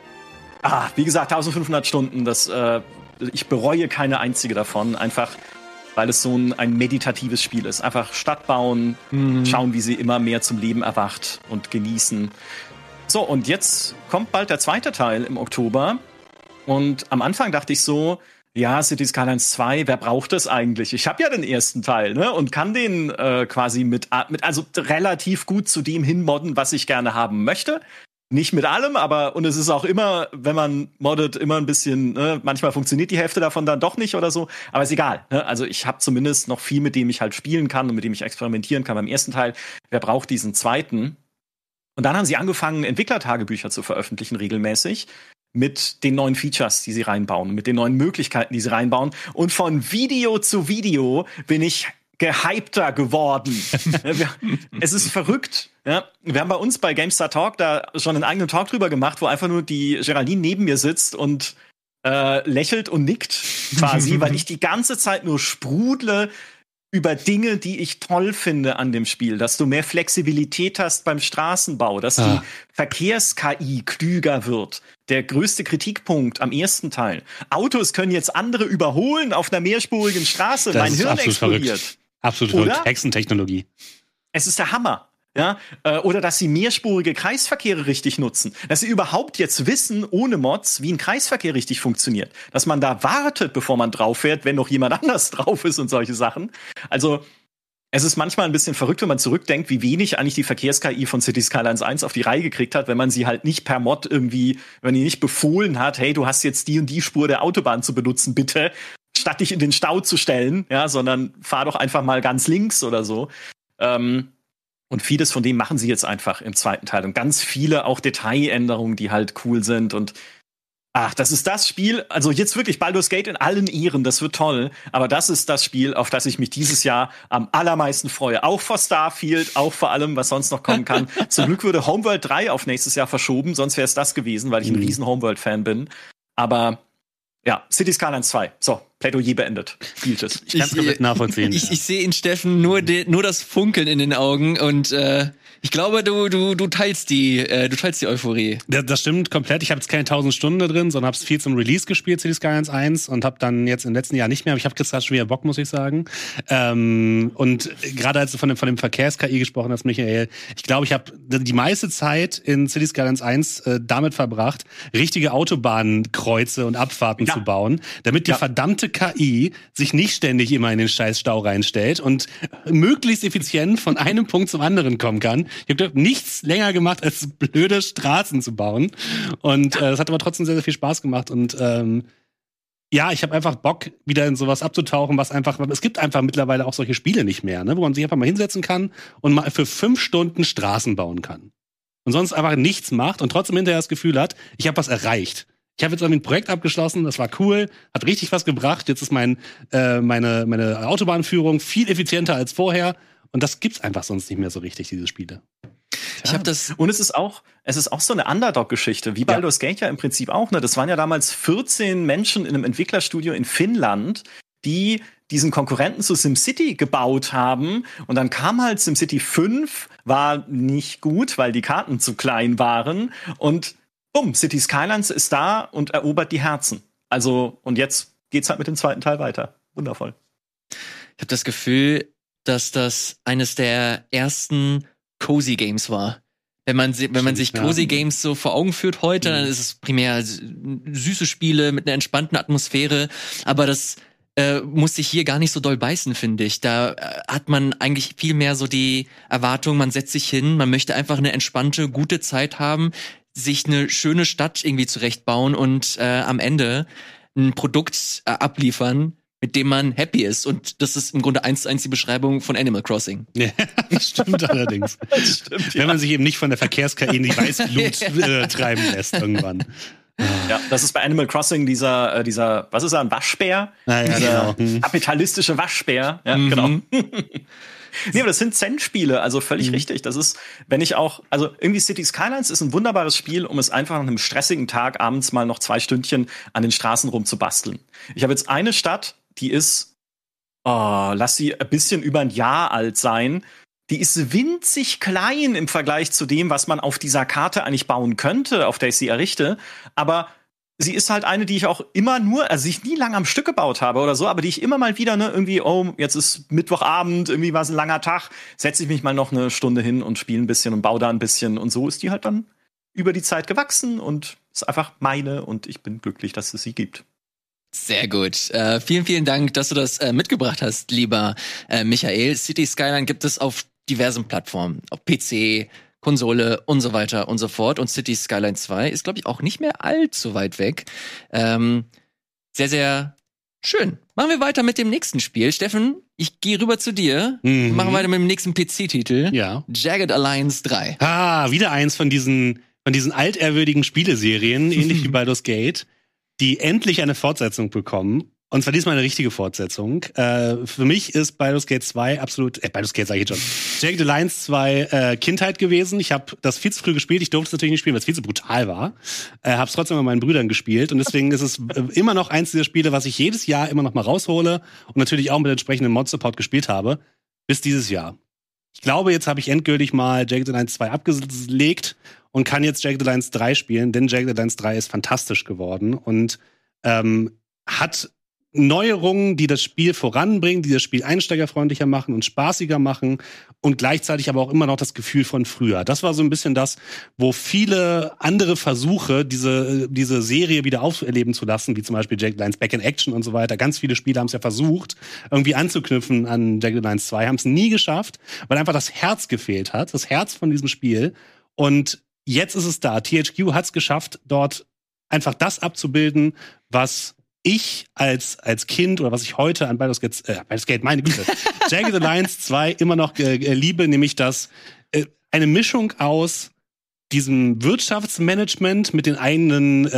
Wie gesagt, 1500 Stunden. Ich bereue keine einzige davon. Einfach, weil es so ein meditatives Spiel ist. Einfach Stadt bauen, schauen, wie sie immer mehr zum Leben erwacht und genießen. So, und jetzt kommt bald der zweite Teil im Oktober. Und am Anfang dachte ich so, ja, Cities Skylines 2, wer braucht das eigentlich? Ich habe ja den ersten Teil, ne? Und kann den quasi also relativ gut zu dem hinmodden, was ich gerne haben möchte. Nicht mit allem, und es ist auch immer, wenn man moddet, immer ein bisschen, ne? Manchmal funktioniert die Hälfte davon dann doch nicht oder so. Aber ist egal, ne? Also ich habe zumindest noch viel, mit dem ich halt spielen kann und mit dem ich experimentieren kann beim ersten Teil. Wer braucht diesen zweiten? Und dann haben sie angefangen, Entwicklertagebücher zu veröffentlichen, regelmäßig, mit den neuen Features, die sie reinbauen, mit den neuen Möglichkeiten, die sie reinbauen. Und von Video zu Video bin ich gehypter geworden. Es ist verrückt. Ja? Wir haben bei uns bei GameStar Talk da schon einen eigenen Talk drüber gemacht, wo einfach nur die Geraldine neben mir sitzt und lächelt und nickt quasi, weil ich die ganze Zeit nur sprudle über Dinge, die ich toll finde an dem Spiel, dass du mehr Flexibilität hast beim Straßenbau, dass die Verkehrs-KI klüger wird. Der größte Kritikpunkt am ersten Teil. Autos können jetzt andere überholen auf einer mehrspurigen Straße. Das mein ist Hirn absolut explodiert. Verrückt. Absolut verrückt. Hexentechnologie. Es ist der Hammer. Ja, oder dass sie mehrspurige Kreisverkehre richtig nutzen. Dass sie überhaupt jetzt wissen, ohne Mods, wie ein Kreisverkehr richtig funktioniert. Dass man da wartet, bevor man drauf fährt, wenn noch jemand anders drauf ist und solche Sachen. Also, es ist manchmal ein bisschen verrückt, wenn man zurückdenkt, wie wenig eigentlich die Verkehrs-KI von Cities Skylines 1 auf die Reihe gekriegt hat, wenn man sie halt nicht per Mod irgendwie, wenn die nicht befohlen hat, hey, du hast jetzt die und die Spur der Autobahn zu benutzen, bitte, statt dich in den Stau zu stellen, ja, sondern fahr doch einfach mal ganz links oder so. Und vieles von dem machen sie jetzt einfach im zweiten Teil. Und ganz viele auch Detailänderungen, die halt cool sind. Und das ist das Spiel, also jetzt wirklich Baldur's Gate in allen Ehren, das wird toll. Aber das ist das Spiel, auf das ich mich dieses Jahr am allermeisten freue. Auch vor Starfield, auch vor allem, was sonst noch kommen kann. Zum Glück wurde Homeworld 3 auf nächstes Jahr verschoben, sonst wäre es das gewesen, weil ich ein riesen Homeworld-Fan bin. Aber ja, Cities Skylines 2. So, Plädoyer beendet. Spielt es. Ich kann es komplett nachvollziehen. Ich sehe in Steffen nur das Funkeln in den Augen und ich glaube, du teilst die Euphorie. Das stimmt komplett. Ich habe jetzt keine 1000 Stunden da drin, sondern habe es viel zum Release gespielt, Cities Skylines 1, und habe dann jetzt im letzten Jahr nicht mehr. Aber ich habe jetzt gerade schon wieder Bock, muss ich sagen. Und gerade als du von dem Verkehrs-KI gesprochen hast, Michael, ich glaube, ich habe die meiste Zeit in Cities Skylines 1 damit verbracht, richtige Autobahnkreuze und Abfahrten zu bauen, damit die verdammte KI sich nicht ständig immer in den scheiß Stau reinstellt und möglichst effizient von einem Punkt zum anderen kommen kann. Ich habe nichts länger gemacht, als blöde Straßen zu bauen. Und das hat aber trotzdem sehr, sehr viel Spaß gemacht. Und ich habe einfach Bock, wieder in sowas abzutauchen, es gibt einfach mittlerweile auch solche Spiele nicht mehr, ne, wo man sich einfach mal hinsetzen kann und mal für 5 Stunden Straßen bauen kann. Und sonst einfach nichts macht und trotzdem hinterher das Gefühl hat, ich habe was erreicht. Ich habe jetzt ein Projekt abgeschlossen, das war cool, hat richtig was gebracht. Jetzt ist meine Autobahnführung viel effizienter als vorher. Und das gibt's einfach sonst nicht mehr so richtig, diese Spiele. Ich habe das. Und es ist auch so eine Underdog-Geschichte, wie Baldur's Gate ja im Prinzip auch. Ne? Das waren ja damals 14 Menschen in einem Entwicklerstudio in Finnland, die diesen Konkurrenten zu SimCity gebaut haben. Und dann kam halt SimCity 5, war nicht gut, weil die Karten zu klein waren. Und bumm, City Skylines ist da und erobert die Herzen. Also, und jetzt geht's halt mit dem zweiten Teil weiter. Wundervoll. Ich habe das Gefühl, dass das eines der ersten Cozy Games war. Wenn man sich Cozy Games so vor Augen führt heute, dann ist es primär süße Spiele mit einer entspannten Atmosphäre. Aber das muss sich hier gar nicht so doll beißen, finde ich. Da hat man eigentlich viel mehr so die Erwartung, man setzt sich hin, man möchte einfach eine entspannte, gute Zeit haben, sich eine schöne Stadt irgendwie zurechtbauen und am Ende ein Produkt abliefern, mit dem man happy ist. Und das ist im Grunde 1:1 die Beschreibung von Animal Crossing. Ja, das stimmt allerdings. Das stimmt, Wenn man sich eben nicht von der Verkehrs-KI in die Weißglut treiben lässt irgendwann. Ja, das ist bei Animal Crossing dieser, was ist er, ein Waschbär? Ja, dieser kapitalistische Waschbär. Ja, genau. Nee, aber das sind Zen-Spiele, also völlig richtig. Das ist, also irgendwie City Skylines ist ein wunderbares Spiel, um es einfach an einem stressigen Tag abends mal noch 2 Stündchen an den Straßen rumzubasteln. Ich habe jetzt eine Stadt, die ist, lass sie ein bisschen über ein Jahr alt sein. Die ist winzig klein im Vergleich zu dem, was man auf dieser Karte eigentlich bauen könnte, auf der ich sie errichte. Aber sie ist halt eine, die ich auch immer also ich nie lange am Stück gebaut habe oder so, aber die ich immer mal wieder, irgendwie, jetzt ist Mittwochabend, irgendwie war es ein langer Tag, setze ich mich mal noch eine Stunde hin und spiele ein bisschen und baue da ein bisschen. Und so ist die halt dann über die Zeit gewachsen und ist einfach meine und ich bin glücklich, dass es sie gibt. Sehr gut. Vielen, vielen Dank, dass du das mitgebracht hast, lieber Michael. City Skyline gibt es auf diversen Plattformen, auf PC, Konsole und so weiter und so fort. Und City Skyline 2 ist, glaube ich, auch nicht mehr allzu weit weg. Sehr, sehr schön. Machen wir weiter mit dem nächsten Spiel. Steffen, ich gehe rüber zu dir. Machen wir weiter mit dem nächsten PC-Titel. Ja. Jagged Alliance 3. Wieder eins von diesen altehrwürdigen Spieleserien, ähnlich wie Baldur's Gate, die endlich eine Fortsetzung bekommen. Und zwar diesmal eine richtige Fortsetzung. Für mich ist Baldur's Gate 2 absolut, Baldur's Gate sage ich jetzt schon, Jagged Alliance 2 Kindheit gewesen. Ich habe das viel zu früh gespielt. Ich durfte es natürlich nicht spielen, weil es viel zu brutal war. Habe es trotzdem mit meinen Brüdern gespielt. Und deswegen ist es immer noch eins dieser Spiele, was ich jedes Jahr immer noch mal raushole und natürlich auch mit entsprechendem Mod-Support gespielt habe. Bis dieses Jahr. Ich glaube, jetzt habe ich endgültig mal Jagged Alliance 2 abgelegt und kann jetzt Jagged Alliance 3 spielen, denn Jagged Alliance 3 ist fantastisch geworden und hat Neuerungen, die das Spiel voranbringen, die das Spiel einsteigerfreundlicher machen und spaßiger machen und gleichzeitig aber auch immer noch das Gefühl von früher. Das war so ein bisschen das, wo viele andere Versuche, diese Serie wieder auferleben zu lassen, wie zum Beispiel Jagged Alliance Back in Action und so weiter. Ganz viele Spiele haben es ja versucht, irgendwie anzuknüpfen an Jagged Alliance 2, haben es nie geschafft, weil einfach das Herz gefehlt hat, das Herz von diesem Spiel. Und jetzt ist es da. THQ hat es geschafft, dort einfach das abzubilden, was ich als Kind oder was ich heute an Baldur's Gate, meine Güte, Jagged Alliance 2 immer noch liebe, nämlich eine Mischung aus diesem Wirtschaftsmanagement mit den eigenen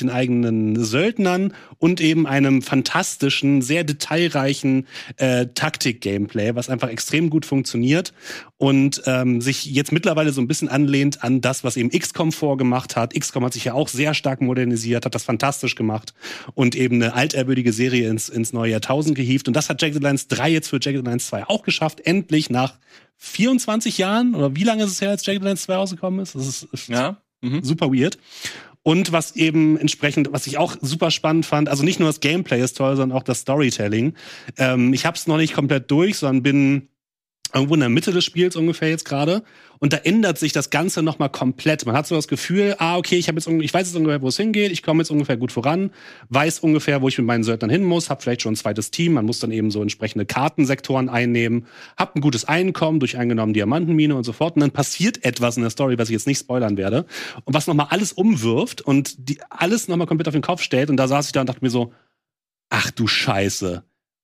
Söldnern und eben einem fantastischen, sehr detailreichen Taktik-Gameplay, was einfach extrem gut funktioniert und sich jetzt mittlerweile so ein bisschen anlehnt an das, was eben XCOM vorgemacht hat. XCOM hat sich ja auch sehr stark modernisiert, hat das fantastisch gemacht und eben eine altehrwürdige Serie ins neue Jahrtausend gehievt. Und das hat Jagged Alliance 3 jetzt für Jagged Alliance 2 auch geschafft, endlich nach 24 Jahren, oder wie lange ist es her, als Jagged Alliance 2 rausgekommen ist? Das ist super weird. Und was eben entsprechend, was ich auch super spannend fand, also nicht nur das Gameplay ist toll, sondern auch das Storytelling. Ich hab's noch nicht komplett durch, sondern bin irgendwo in der Mitte des Spiels ungefähr jetzt gerade. Und da ändert sich das Ganze nochmal komplett. Man hat so das Gefühl, okay, ich weiß jetzt ungefähr, wo es hingeht, ich komme jetzt ungefähr gut voran, weiß ungefähr, wo ich mit meinen Söldnern hin muss, habe vielleicht schon ein zweites Team, man muss dann eben so entsprechende Kartensektoren einnehmen, hab ein gutes Einkommen durch eingenommen Diamantenmine und so fort. Und dann passiert etwas in der Story, was ich jetzt nicht spoilern werde, und was nochmal alles umwirft und alles nochmal komplett auf den Kopf stellt. Und da saß ich da und dachte mir so, ach du Scheiße.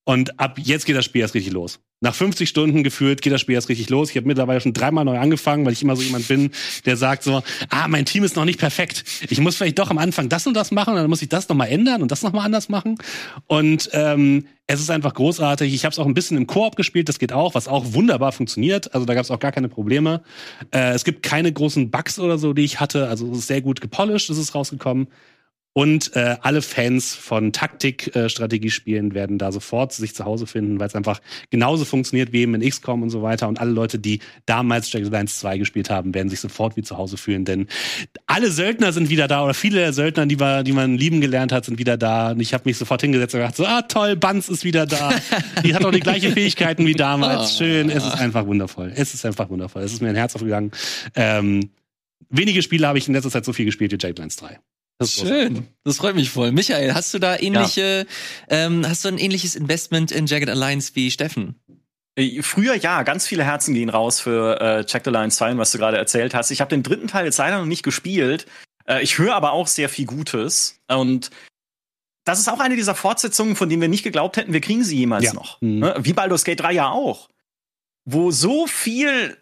Und ab jetzt geht das Spiel erst richtig los. Nach 50 Stunden gefühlt geht das Spiel erst richtig los. Ich habe mittlerweile schon 3-mal neu angefangen, weil ich immer so jemand bin, der sagt so, mein Team ist noch nicht perfekt. Ich muss vielleicht doch am Anfang das und das machen, und dann muss ich das nochmal ändern und das nochmal anders machen. Und es ist einfach großartig. Ich habe es auch ein bisschen im Koop gespielt, das geht auch, was auch wunderbar funktioniert. Also da gab es auch gar keine Probleme. Es gibt keine großen Bugs oder so, die ich hatte. Also es ist sehr gut gepolished, ist es rausgekommen. Und alle Fans von Taktik-Strategiespielen werden da sofort sich zu Hause finden, weil es einfach genauso funktioniert wie eben in XCOM und so weiter. Und alle Leute, die damals Jagged Alliance 2 gespielt haben, werden sich sofort wie zu Hause fühlen. Denn alle Söldner sind wieder da, oder viele der Söldner, die man lieben gelernt hat, sind wieder da. Und ich habe mich sofort hingesetzt und gedacht, so, toll, Banz ist wieder da. Die hat auch die gleichen Fähigkeiten wie damals. Schön, es ist einfach wundervoll. Es ist mir ein Herz aufgegangen. Wenige Spiele habe ich in letzter Zeit so viel gespielt wie Jagged Alliance 3. Schön, das freut mich voll. Michael, hast du da ähnliche, hast du ein ähnliches Investment in Jagged Alliance wie Steffen? Früher ja, ganz viele Herzen gehen raus für Jagged Alliance 2, was du gerade erzählt hast. Ich habe den dritten Teil jetzt leider noch nicht gespielt. Ich höre aber auch sehr viel Gutes. Und das ist auch eine dieser Fortsetzungen, von denen wir nicht geglaubt hätten, wir kriegen sie jemals noch. Wie Baldur's Gate 3 ja auch. Wo so viel,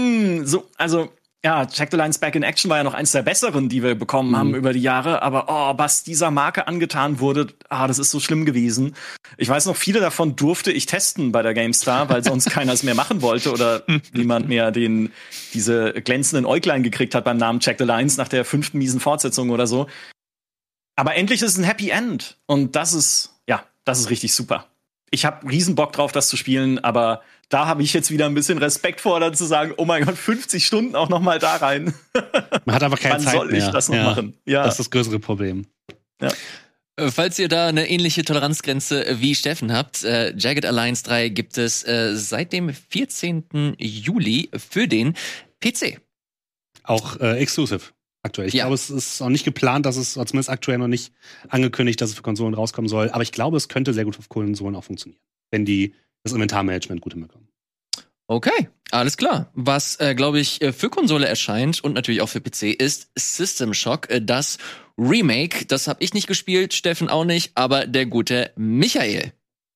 Jagged Alliance Back in Action war ja noch eins der besseren, die wir bekommen haben über die Jahre. Aber was dieser Marke angetan wurde, das ist so schlimm gewesen. Ich weiß noch, viele davon durfte ich testen bei der GameStar, weil sonst keiner es mehr machen wollte oder niemand mehr diese glänzenden Äuglein gekriegt hat beim Namen Jagged Alliance nach der 5. miesen Fortsetzung oder so. Aber endlich ist es ein Happy End. Und das ist richtig super. Ich habe riesen Bock drauf, das zu spielen, aber da habe ich jetzt wieder ein bisschen Respekt vor, dann zu sagen, oh mein Gott, 50 Stunden auch noch mal da rein. Man hat aber keine Zeit mehr. Wann soll ich das noch machen? Ja. Das ist das größere Problem. Ja. Falls ihr da eine ähnliche Toleranzgrenze wie Steffen habt, Jagged Alliance 3 gibt es seit dem 14. Juli für den PC. Auch exclusive aktuell. Ich glaube, es ist auch nicht geplant, dass es, zumindest aktuell noch nicht angekündigt, dass es für Konsolen rauskommen soll. Aber ich glaube, es könnte sehr gut auf Konsolen auch funktionieren, wenn die das Inventarmanagement gut hinbekommen. Okay, alles klar. Was, glaube ich, für Konsole erscheint und natürlich auch für PC ist System Shock, das Remake. Das habe ich nicht gespielt, Steffen auch nicht, aber der gute Michael.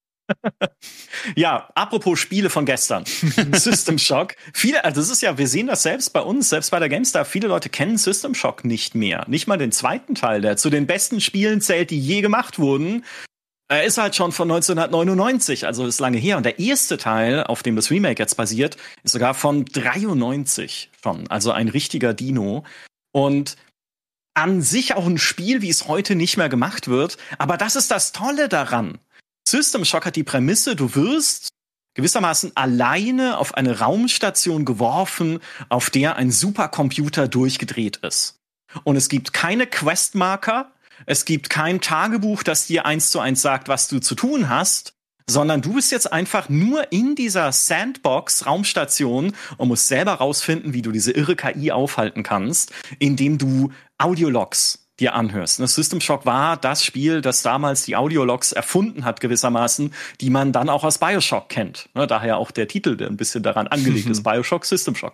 Ja, apropos Spiele von gestern. System Shock. Das ist ja, wir sehen das selbst bei uns, selbst bei der GameStar. Viele Leute kennen System Shock nicht mehr. Nicht mal den zweiten Teil, der zu den besten Spielen zählt, die je gemacht wurden. Er ist halt schon von 1999, also ist lange her. Und der erste Teil, auf dem das Remake jetzt basiert, ist sogar von 93 schon. Also ein richtiger Dino. Und an sich auch ein Spiel, wie es heute nicht mehr gemacht wird. Aber das ist das Tolle daran. System Shock hat die Prämisse, du wirst gewissermaßen alleine auf eine Raumstation geworfen, auf der ein Supercomputer durchgedreht ist. Und es gibt keine Questmarker, es gibt kein Tagebuch, das dir 1:1 sagt, was du zu tun hast, sondern du bist jetzt einfach nur in dieser Sandbox-Raumstation und musst selber rausfinden, wie du diese irre KI aufhalten kannst, indem du Audiologs dir anhörst. System Shock war das Spiel, das damals die Audiologs erfunden hat, gewissermaßen, die man dann auch aus BioShock kennt. Daher auch der Titel, der ein bisschen daran angelegt ist, BioShock, System Shock.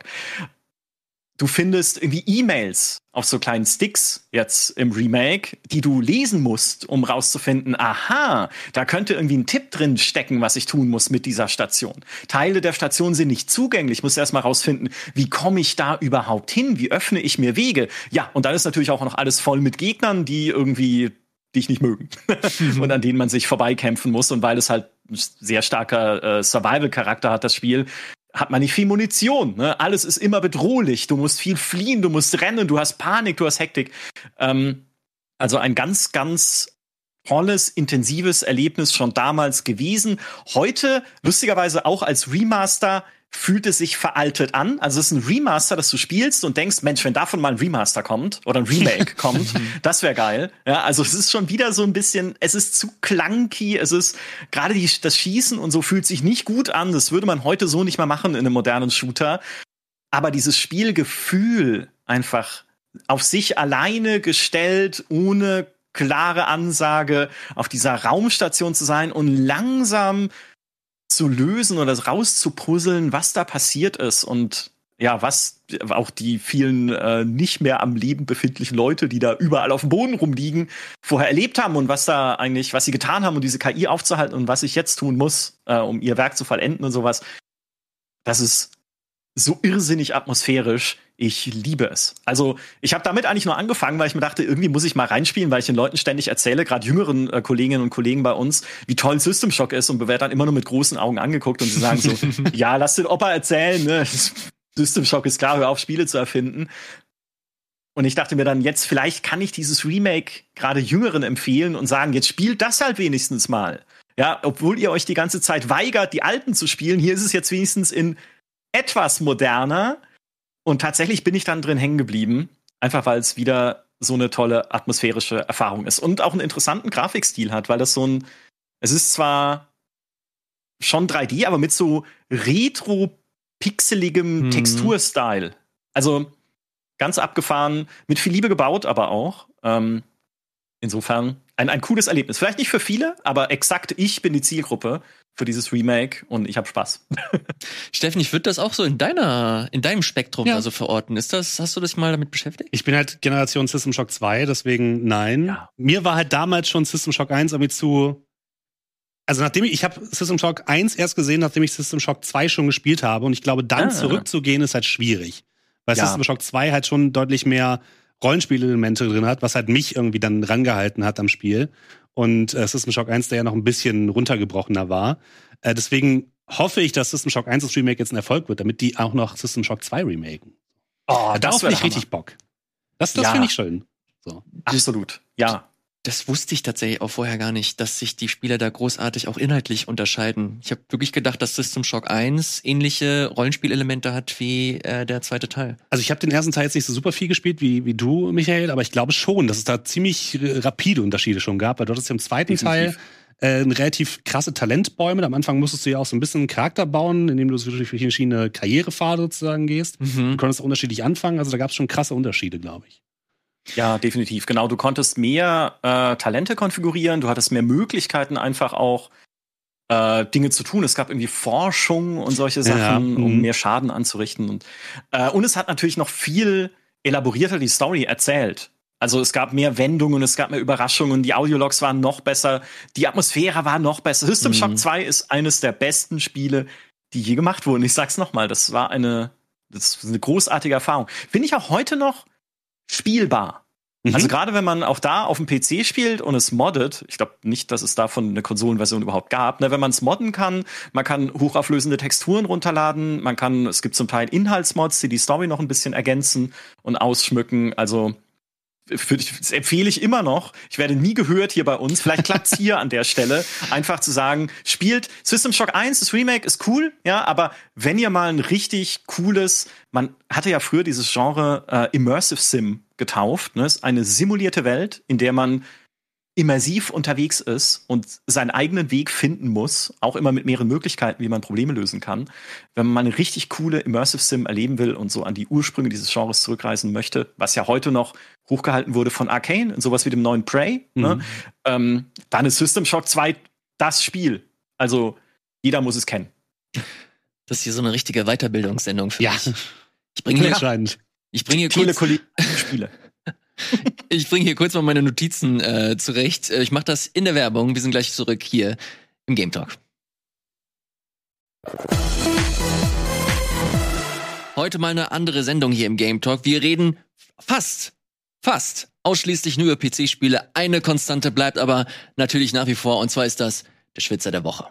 Du findest irgendwie E-Mails auf so kleinen Sticks jetzt im Remake, die du lesen musst, um rauszufinden, aha, da könnte irgendwie ein Tipp drin stecken, was ich tun muss mit dieser Station. Teile der Station sind nicht zugänglich. Ich muss erst mal rausfinden, wie komme ich da überhaupt hin? Wie öffne ich mir Wege? Ja, und dann ist natürlich auch noch alles voll mit Gegnern, die irgendwie dich nicht mögen und an denen man sich vorbeikämpfen muss. Und weil es halt ein sehr starker Survival-Charakter hat, das Spiel, hat man nicht viel Munition. Ne? Alles ist immer bedrohlich. Du musst viel fliehen, du musst rennen, du hast Panik, du hast Hektik. Also ein ganz, ganz tolles, intensives Erlebnis schon damals gewesen. Heute, lustigerweise auch als Remaster, fühlt es sich veraltet an. Also es ist ein Remaster, das du spielst und denkst, Mensch, wenn davon mal ein Remaster kommt oder ein Remake kommt, das wäre geil. Ja, also es ist schon wieder so ein bisschen, es ist zu clunky, es ist gerade das Schießen und so fühlt sich nicht gut an. Das würde man heute so nicht mehr machen in einem modernen Shooter. Aber dieses Spielgefühl einfach auf sich alleine gestellt, ohne klare Ansage, auf dieser Raumstation zu sein und langsam zu lösen oder rauszupuzzeln, was da passiert ist. Und ja, was auch die vielen nicht mehr am Leben befindlichen Leute, die da überall auf dem Boden rumliegen, vorher erlebt haben und was sie getan haben, um diese KI aufzuhalten und was ich jetzt tun muss, um ihr Werk zu vollenden und sowas. Das ist so irrsinnig atmosphärisch. Ich liebe es. Also, ich habe damit eigentlich nur angefangen, weil ich mir dachte, irgendwie muss ich mal reinspielen, weil ich den Leuten ständig erzähle, gerade jüngeren Kolleginnen und Kollegen bei uns, wie toll System Shock ist und werde dann immer nur mit großen Augen angeguckt und sie sagen so, ja, lass den Opa erzählen, ne? System Shock ist klar, hör auf, Spiele zu erfinden. Und ich dachte mir dann, jetzt vielleicht kann ich dieses Remake gerade Jüngeren empfehlen und sagen, jetzt spielt das halt wenigstens mal. Ja, obwohl ihr euch die ganze Zeit weigert, die Alten zu spielen, hier ist es jetzt wenigstens in etwas moderner. Und tatsächlich bin ich dann drin hängen geblieben, einfach weil es wieder so eine tolle atmosphärische Erfahrung ist. Und auch einen interessanten Grafikstil hat, weil das es ist zwar schon 3D, aber mit so retro-pixeligem Texturstyle. Also ganz abgefahren, mit viel Liebe gebaut, aber auch. Insofern ein cooles Erlebnis. Vielleicht nicht für viele, aber exakt ich bin die Zielgruppe für dieses Remake und ich habe Spaß. Steffen, ich würde das auch so in deinem Spektrum also verorten. Hast du dich mal damit beschäftigt? Ich bin halt Generation System Shock 2, deswegen nein. Ja. Mir war halt damals schon System Shock 1 irgendwie also ich habe System Shock 1 erst gesehen, nachdem ich System Shock 2 schon gespielt habe und ich glaube, dann zurückzugehen ist halt schwierig. Weil System Shock 2 halt schon deutlich mehr Rollenspielelemente drin hat, was halt mich irgendwie dann rangehalten hat am Spiel. Und System Shock 1, der ja noch ein bisschen runtergebrochener war. Deswegen hoffe ich, dass System Shock 1 das Remake jetzt ein Erfolg wird, damit die auch noch System Shock 2 remaken. Oh, darauf habe ich richtig Bock. Das finde ich schön. So. Absolut, ja. Das wusste ich tatsächlich auch vorher gar nicht, dass sich die Spiele da großartig auch inhaltlich unterscheiden. Ich habe wirklich gedacht, dass System Shock 1 ähnliche Rollenspielelemente hat wie der zweite Teil. Also ich habe den ersten Teil jetzt nicht so super viel gespielt wie du, Michael, aber ich glaube schon, dass es da ziemlich rapide Unterschiede schon gab. Weil dort ist ja im zweiten Teil relativ krasse Talentbäume. Am Anfang musstest du ja auch so ein bisschen einen Charakter bauen, indem du durch verschiedene Karrierepfade sozusagen gehst. Du konntest unterschiedlich anfangen. Also da gab es schon krasse Unterschiede, glaube ich. Ja, definitiv. Genau, du konntest mehr Talente konfigurieren, du hattest mehr Möglichkeiten einfach auch Dinge zu tun. Es gab irgendwie Forschung und solche Sachen, um mehr Schaden anzurichten. Und es hat natürlich noch viel elaborierter die Story erzählt. Also es gab mehr Wendungen, es gab mehr Überraschungen, die Audiologs waren noch besser, die Atmosphäre war noch besser. System Shock 2 ist eines der besten Spiele, die je gemacht wurden. Ich sag's nochmal, das ist eine großartige Erfahrung. Finde ich auch heute noch spielbar. Also gerade wenn man auch da auf dem PC spielt und es moddet, ich glaube nicht, dass es davon eine Konsolenversion überhaupt gab, ne, wenn man es modden kann, man kann hochauflösende Texturen runterladen, es gibt zum Teil Inhaltsmods, die Story noch ein bisschen ergänzen und ausschmücken, also das empfehle ich immer noch. Ich werde nie gehört hier bei uns. Vielleicht klappt's hier an der Stelle. Einfach zu sagen, spielt System Shock 1, das Remake ist cool, ja, aber wenn ihr mal ein richtig cooles, man hatte ja früher dieses Genre Immersive Sim getauft, ne, ist eine simulierte Welt, in der man immersiv unterwegs ist und seinen eigenen Weg finden muss, auch immer mit mehreren Möglichkeiten, wie man Probleme lösen kann. Wenn man mal eine richtig coole Immersive Sim erleben will und so an die Ursprünge dieses Genres zurückreisen möchte, was ja heute noch hochgehalten wurde von Arcane, in sowas wie dem neuen Prey, ne? Dann ist System Shock 2 das Spiel. Also jeder muss es kennen. Das ist hier so eine richtige Weiterbildungssendung für mich. Ich bringe hier kurz mal meine Notizen zurecht. Ich mache das in der Werbung. Wir sind gleich zurück hier im Game Talk. Heute mal eine andere Sendung hier im Game Talk. Wir reden fast ausschließlich nur über PC-Spiele. Eine Konstante bleibt aber natürlich nach wie vor, und zwar ist das der Schwitzer der Woche.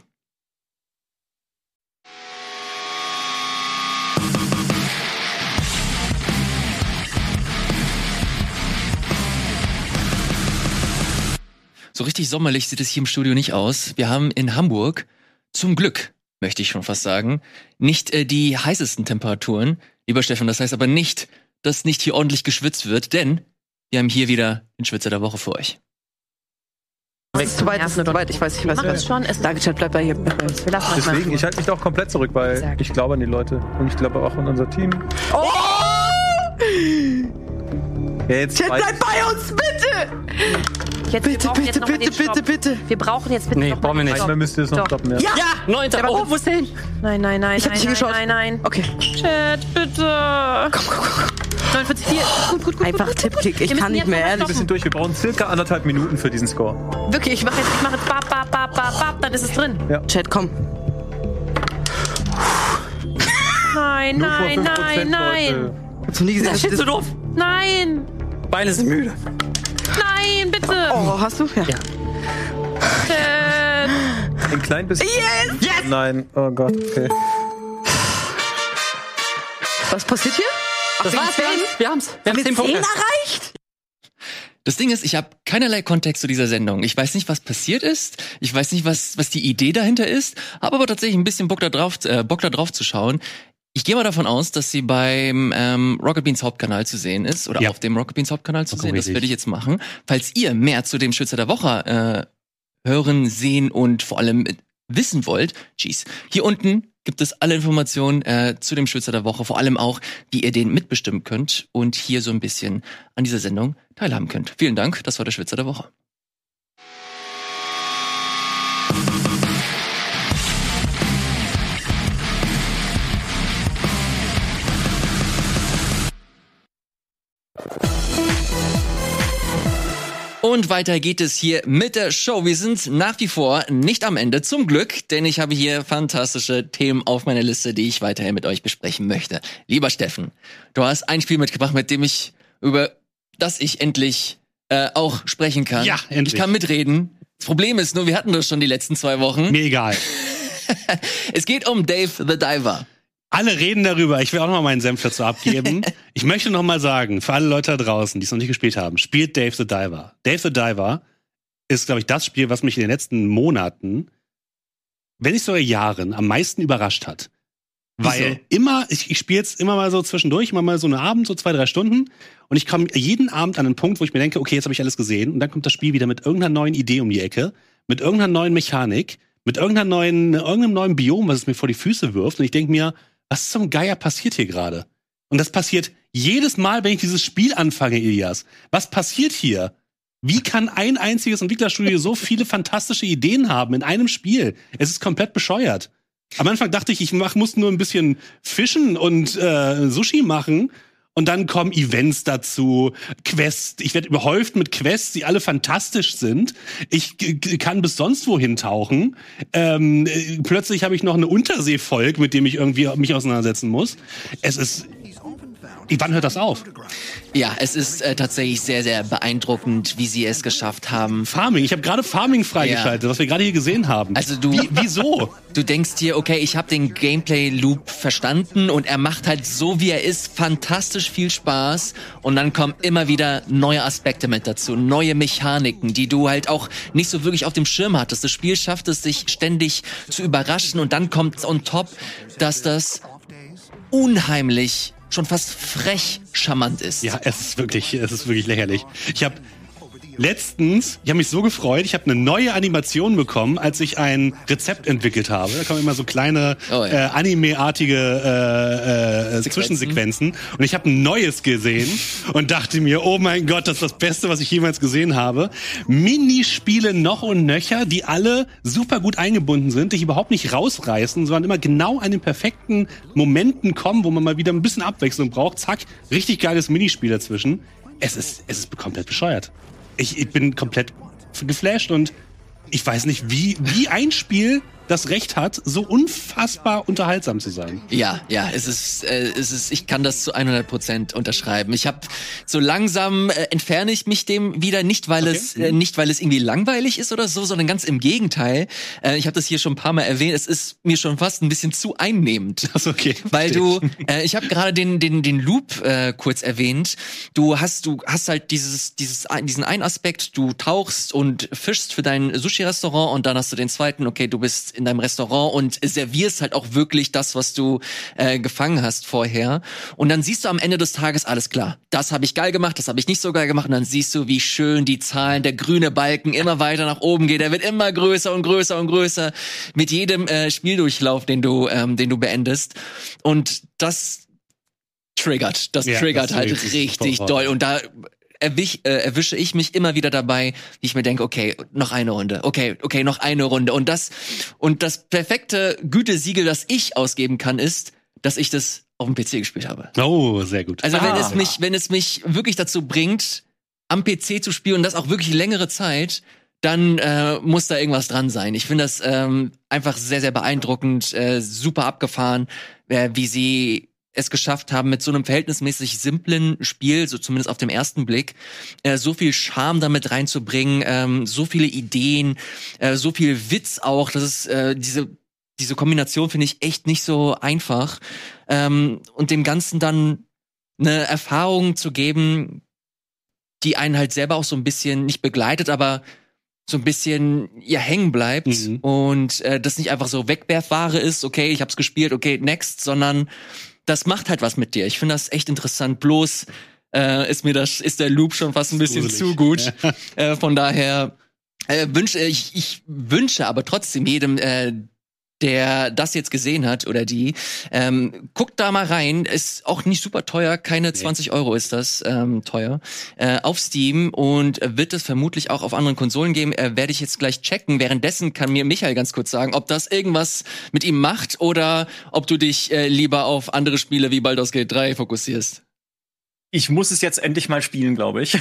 So richtig sommerlich sieht es hier im Studio nicht aus. Wir haben in Hamburg, zum Glück, möchte ich schon fast sagen, nicht die heißesten Temperaturen. Lieber Steffen, das heißt aber nicht, dass nicht hier ordentlich geschwitzt wird, denn wir haben hier wieder den Schwitzer der Woche für euch. Das ist zu weit, das ist nicht weit. Ich weiß nicht, was wir schon. Dargestellt bleibt bei hier. Deswegen, ich halte mich da auch komplett zurück, weil ich glaube an die Leute. Und ich glaube auch an unser Team. Oh! Ja, jetzt bleib bei uns, bitte! jetzt. Bitte. Wir brauchen jetzt bitte. Nee, brauchen wir nicht. Einmal müsst ihr es noch stoppen, ja. Ja! 9. Oh, wo ist der hin? Nein. Ich hab nicht hingeschaut. Nein. Okay. Chat, bitte. Komm. 49,4. Gut. Einfach Tippkick. Ich kann nicht mehr, Ein ehrlich. bisschen durch. Wir brauchen circa 1,5 Minuten für diesen Score. Wirklich, ich mache jetzt bap, dann ist es drin. Ja. Chat, komm. Nein. 0,5%, Hast du nie gesehen? Das ist so doof. Nein, Beine sind müde. bitte. Oh, hast du? Ja. Chat. Ein klein bisschen. Yes! Nein. Oh Gott, okay. Was passiert hier? Das war's, Wir haben's. Wir haben 10 Punkte erreicht. Das Ding ist, ich habe keinerlei Kontext zu dieser Sendung. Ich weiß nicht, was passiert ist. Ich weiß nicht, was die Idee dahinter ist. Habe aber tatsächlich ein bisschen Bock da drauf zu schauen. Ich gehe mal davon aus, dass sie beim Rocket Beans Hauptkanal zu sehen ist oder auf dem Rocket Beans Hauptkanal zu sehen. Das werde ich jetzt machen. Falls ihr mehr zu dem Schützer der Woche hören, sehen und vor allem wissen wollt, hier unten gibt es alle Informationen zu dem Schützer der Woche, vor allem auch, wie ihr den mitbestimmen könnt und hier so ein bisschen an dieser Sendung teilhaben könnt. Vielen Dank, das war der Schützer der Woche. Und weiter geht es hier mit der Show. Wir sind nach wie vor nicht am Ende, zum Glück, denn ich habe hier fantastische Themen auf meiner Liste, die ich weiterhin mit euch besprechen möchte. Lieber Steffen, du hast ein Spiel mitgebracht, über das ich endlich auch sprechen kann. Ja, endlich. Ich kann mitreden. Das Problem ist nur, wir hatten das schon die letzten 2 Wochen. Mir egal. Es geht um Dave the Diver. Alle reden darüber. Ich will auch noch mal meinen Senf dazu abgeben. Ich möchte noch mal sagen, für alle Leute da draußen, die es noch nicht gespielt haben, spielt Dave the Diver. Dave the Diver ist, glaube ich, das Spiel, was mich in den letzten Monaten, wenn nicht sogar Jahren, am meisten überrascht hat. Weil ich spiele jetzt immer mal so zwischendurch, immer mal so einen Abend, so 2-3 Stunden. Und ich komme jeden Abend an einen Punkt, wo ich mir denke, okay, jetzt habe ich alles gesehen. Und dann kommt das Spiel wieder mit irgendeiner neuen Idee um die Ecke, mit irgendeiner neuen Mechanik, mit irgendeinem neuen Biom, was es mir vor die Füße wirft. Und ich denke mir, was zum Geier passiert hier gerade? Und das passiert jedes Mal, wenn ich dieses Spiel anfange, Ilias. Was passiert hier? Wie kann ein einziges Entwicklerstudio so viele fantastische Ideen haben in einem Spiel? Es ist komplett bescheuert. Am Anfang dachte ich muss nur ein bisschen fischen und Sushi machen. Und dann kommen Events dazu, Quests. Ich werde überhäuft mit Quests, die alle fantastisch sind. Ich kann bis sonst wohin tauchen. Plötzlich habe ich noch eine Unterseevolk, mit dem ich irgendwie mich auseinandersetzen muss. Wann hört das auf? Ja, es ist tatsächlich sehr, sehr beeindruckend, wie sie es geschafft haben. Farming. Ich habe gerade Farming freigeschaltet, was wir gerade hier gesehen haben. Also wieso? Du denkst dir, okay, ich habe den Gameplay-Loop verstanden und er macht halt so, wie er ist, fantastisch viel Spaß. Und dann kommen immer wieder neue Aspekte mit dazu, neue Mechaniken, die du halt auch nicht so wirklich auf dem Schirm hattest. Das Spiel schafft es, sich ständig zu überraschen und dann kommt on top, dass das unheimlich, schon fast frech charmant ist. Ja, es ist wirklich lächerlich. Ich habe mich so gefreut, ich habe eine neue Animation bekommen, als ich ein Rezept entwickelt habe. Da kommen immer so kleine Anime-artige Zwischensequenzen. Und ich habe ein neues gesehen und dachte mir, oh mein Gott, das ist das Beste, was ich jemals gesehen habe. Minispiele noch und nöcher, die alle super gut eingebunden sind, dich überhaupt nicht rausreißen, sondern immer genau an den perfekten Momenten kommen, wo man mal wieder ein bisschen Abwechslung braucht. Zack, richtig geiles Minispiel dazwischen. Es ist komplett bescheuert. Ich bin komplett geflasht und ich weiß nicht, wie ein Spiel das Recht hat, so unfassbar unterhaltsam zu sein. Ja, es ist, ich kann das zu 100% unterschreiben. Ich habe so langsam entferne ich mich dem wieder, nicht weil es irgendwie langweilig ist oder so, sondern ganz im Gegenteil. Ich habe das hier schon ein paar Mal erwähnt. Es ist mir schon fast ein bisschen zu einnehmend. Das ist okay. Weil ich habe gerade den Loop kurz erwähnt. Du hast halt diesen einen Aspekt. Du tauchst und fischst für dein Sushi-Restaurant und dann hast du den zweiten. Okay, du bist in deinem Restaurant und servierst halt auch wirklich das, was du gefangen hast vorher. Und dann siehst du am Ende des Tages, alles klar, das habe ich geil gemacht, das habe ich nicht so geil gemacht. Und dann siehst du, wie schön die Zahlen, der grüne Balken immer weiter nach oben geht. Der wird immer größer und größer und größer mit jedem Spieldurchlauf, den du beendest. Und das triggert halt richtig doll. Und da erwische ich mich immer wieder dabei, wie ich mir denke, okay, noch eine Runde, okay, noch eine Runde. Und das perfekte Gütesiegel, das ich ausgeben kann, ist, dass ich das auf dem PC gespielt habe. Oh, sehr gut. Also wenn es mich wirklich dazu bringt, am PC zu spielen und das auch wirklich längere Zeit, dann muss da irgendwas dran sein. Ich finde das einfach sehr, sehr beeindruckend, super abgefahren, wie sie es geschafft haben, mit so einem verhältnismäßig simplen Spiel, so zumindest auf dem ersten Blick, so viel Charme damit reinzubringen, so viele Ideen, so viel Witz auch. Das ist diese Kombination finde ich echt nicht so einfach. Und dem Ganzen dann eine Erfahrung zu geben, die einen halt selber auch so ein bisschen nicht begleitet, aber so ein bisschen hängen bleibt und das nicht einfach so Wegwerfware ist, okay, ich hab's gespielt, okay, next, sondern das macht halt was mit dir. Ich finde das echt interessant. Bloß ist der Loop schon fast ein bisschen zu gut. Von daher ich wünsche aber trotzdem jedem, der das jetzt gesehen hat oder die, guckt da mal rein. Ist auch nicht super teuer, keine 20 € ist das teuer, auf Steam und wird es vermutlich auch auf anderen Konsolen geben. Werde ich jetzt gleich checken. Währenddessen kann mir Michael ganz kurz sagen, ob das irgendwas mit ihm macht oder ob du dich lieber auf andere Spiele wie Baldur's Gate 3 fokussierst. Ich muss es jetzt endlich mal spielen, glaube ich.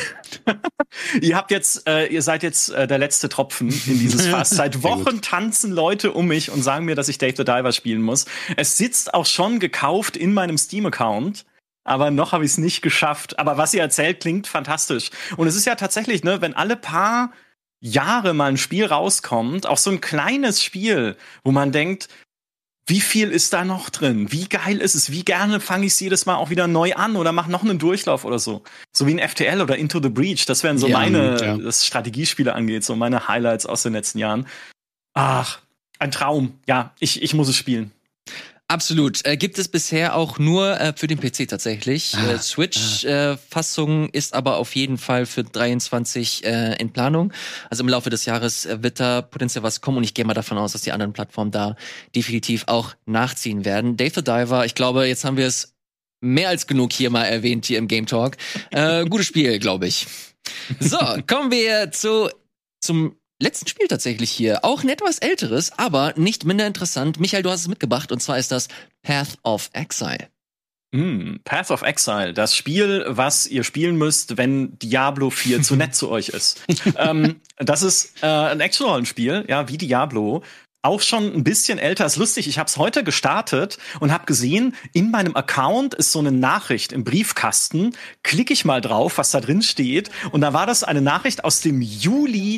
Ihr seid jetzt der letzte Tropfen in dieses Fass. Seit Wochen tanzen Leute um mich und sagen mir, dass ich Dave the Diver spielen muss. Es sitzt auch schon gekauft in meinem Steam-Account, aber noch habe ich es nicht geschafft. Aber was ihr erzählt, klingt fantastisch. Und es ist ja tatsächlich, ne, wenn alle paar Jahre mal ein Spiel rauskommt, auch so ein kleines Spiel, wo man denkt, wie viel ist da noch drin? Wie geil ist es? Wie gerne fange ich es jedes Mal auch wieder neu an oder mache noch einen Durchlauf oder so? So wie ein FTL oder Into the Breach. Das wären so was Strategiespiele angeht, so meine Highlights aus den letzten Jahren. Ach, ein Traum. Ja, ich muss es spielen. Absolut. Gibt es bisher auch nur für den PC tatsächlich. Switch-Fassung ist aber auf jeden Fall für 23 in Planung. Also im Laufe des Jahres wird da potenziell was kommen und ich gehe mal davon aus, dass die anderen Plattformen da definitiv auch nachziehen werden. Dave the Diver, ich glaube, jetzt haben wir es mehr als genug hier mal erwähnt hier im Game Talk. Gutes Spiel, glaube ich. So, kommen wir zum letzten Spiel tatsächlich hier. Auch ein etwas älteres, aber nicht minder interessant. Michael, du hast es mitgebracht und zwar ist das Path of Exile. Path of Exile, das Spiel, was ihr spielen müsst, wenn Diablo 4 zu nett zu euch ist. Das ist ein Action-Rollenspiel, ja, wie Diablo. Auch schon ein bisschen älter. Ist lustig, ich habe es heute gestartet und habe gesehen, in meinem Account ist so eine Nachricht im Briefkasten. Klicke ich mal drauf, was da drin steht. Und da war das eine Nachricht aus dem Juli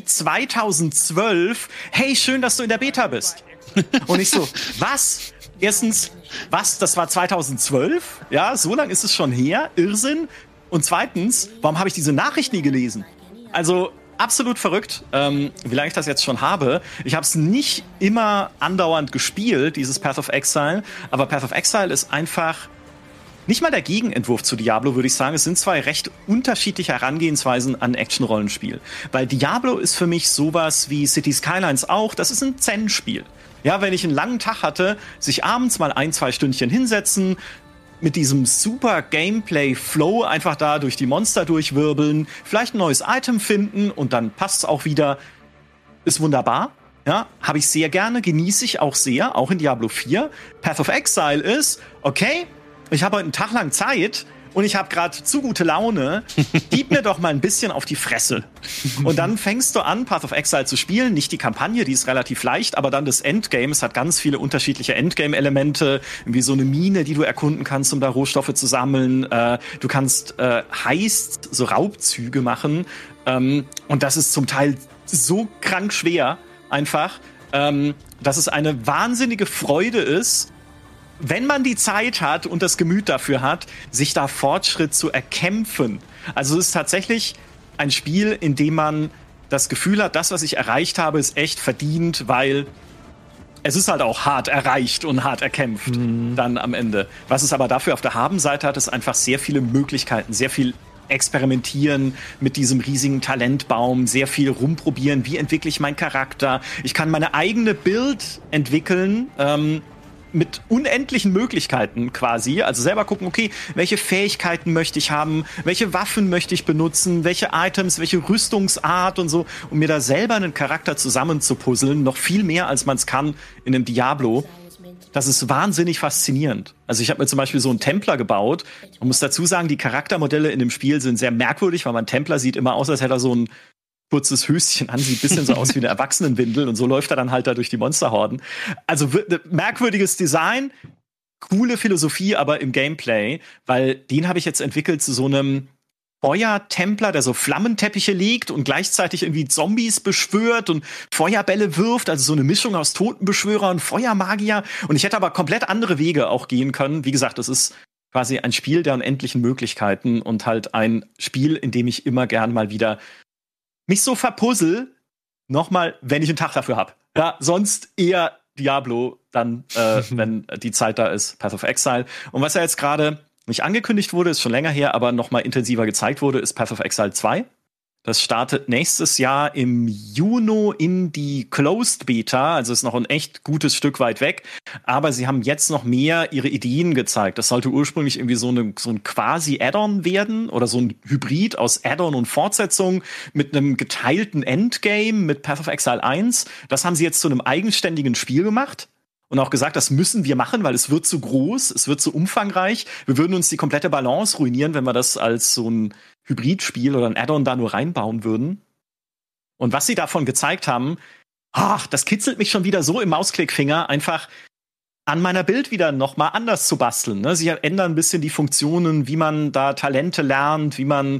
2012. Hey, schön, dass du in der Beta bist. Und ich so, was? Erstens, was? Das war 2012? Ja, so lang ist es schon her. Irrsinn. Und zweitens, warum habe ich diese Nachricht nie gelesen? Also absolut verrückt, wie lange ich das jetzt schon habe. Ich habe es nicht immer andauernd gespielt, dieses Path of Exile. Aber Path of Exile ist einfach nicht mal der Gegenentwurf zu Diablo, würde ich sagen. Es sind zwei recht unterschiedliche Herangehensweisen an Action-Rollenspiel. Weil Diablo ist für mich sowas wie City Skylines auch. Das ist ein Zen-Spiel. Ja, wenn ich einen langen Tag hatte, sich abends mal 1-2 Stündchen hinsetzen, mit diesem super Gameplay-Flow einfach da durch die Monster durchwirbeln, vielleicht ein neues Item finden und dann passt's auch wieder. Ist wunderbar. Ja, habe ich sehr gerne, genieße ich auch sehr, auch in Diablo 4. Path of Exile ist, okay, ich habe heute einen Tag lang Zeit und ich habe gerade zu gute Laune, gib mir doch mal ein bisschen auf die Fresse. Und dann fängst du an, Path of Exile zu spielen. Nicht die Kampagne, die ist relativ leicht, aber dann das Endgame. Es hat ganz viele unterschiedliche Endgame-Elemente, wie so eine Mine, die du erkunden kannst, um da Rohstoffe zu sammeln. Du kannst Heists, so Raubzüge machen. Und das ist zum Teil so krank schwer, einfach, dass es eine wahnsinnige Freude ist, wenn man die Zeit hat und das Gemüt dafür hat, sich da Fortschritt zu erkämpfen. Also es ist tatsächlich ein Spiel, in dem man das Gefühl hat, das, was ich erreicht habe, ist echt verdient, weil es ist halt auch hart erreicht und hart erkämpft dann am Ende. Was es aber dafür auf der Habenseite hat, ist einfach sehr viele Möglichkeiten, sehr viel experimentieren mit diesem riesigen Talentbaum, sehr viel rumprobieren, wie entwickle ich meinen Charakter. Ich kann meine eigene Build entwickeln, mit unendlichen Möglichkeiten quasi. Also selber gucken, okay, welche Fähigkeiten möchte ich haben, welche Waffen möchte ich benutzen, welche Items, welche Rüstungsart und so, um mir da selber einen Charakter zusammenzupuzzeln, noch viel mehr, als man es kann in einem Diablo. Das ist wahnsinnig faszinierend. Also ich habe mir zum Beispiel so einen Templer gebaut. Man muss dazu sagen, die Charaktermodelle in dem Spiel sind sehr merkwürdig, weil man Templer sieht immer aus, als hätte er so ein kurzes Höschen an, sieht ein bisschen so aus wie eine Erwachsenenwindel und so läuft er dann halt da durch die Monsterhorden. Also merkwürdiges Design, coole Philosophie aber im Gameplay, weil den habe ich jetzt entwickelt zu so einem Feuertempler, der so Flammenteppiche legt und gleichzeitig irgendwie Zombies beschwört und Feuerbälle wirft, also so eine Mischung aus Totenbeschwörer und Feuermagier. Und ich hätte aber komplett andere Wege auch gehen können. Wie gesagt, das ist quasi ein Spiel der unendlichen Möglichkeiten und halt ein Spiel, in dem ich immer gern mal wieder mich so verpuzzle, nochmal, wenn ich einen Tag dafür habe. Ja, sonst eher Diablo, dann, wenn die Zeit da ist, Path of Exile. Und was ja jetzt gerade nicht angekündigt wurde, ist schon länger her, aber nochmal intensiver gezeigt wurde, ist Path of Exile 2. Das startet nächstes Jahr im Juni in die Closed Beta, also ist noch ein echt gutes Stück weit weg. Aber sie haben jetzt noch mehr ihre Ideen gezeigt. Das sollte ursprünglich irgendwie so ein quasi Add-on werden oder so ein Hybrid aus Add-on und Fortsetzung mit einem geteilten Endgame mit Path of Exile 1. Das haben sie jetzt zu einem eigenständigen Spiel gemacht. Und auch gesagt, das müssen wir machen, weil es wird zu groß, es wird zu umfangreich. Wir würden uns die komplette Balance ruinieren, wenn wir das als so ein Hybridspiel oder ein Add-on da nur reinbauen würden. Und was sie davon gezeigt haben, das kitzelt mich schon wieder so im Mausklickfinger, einfach an meiner Bild wieder noch mal anders zu basteln. Ne? Sie ändern ein bisschen die Funktionen, wie man da Talente lernt, wie man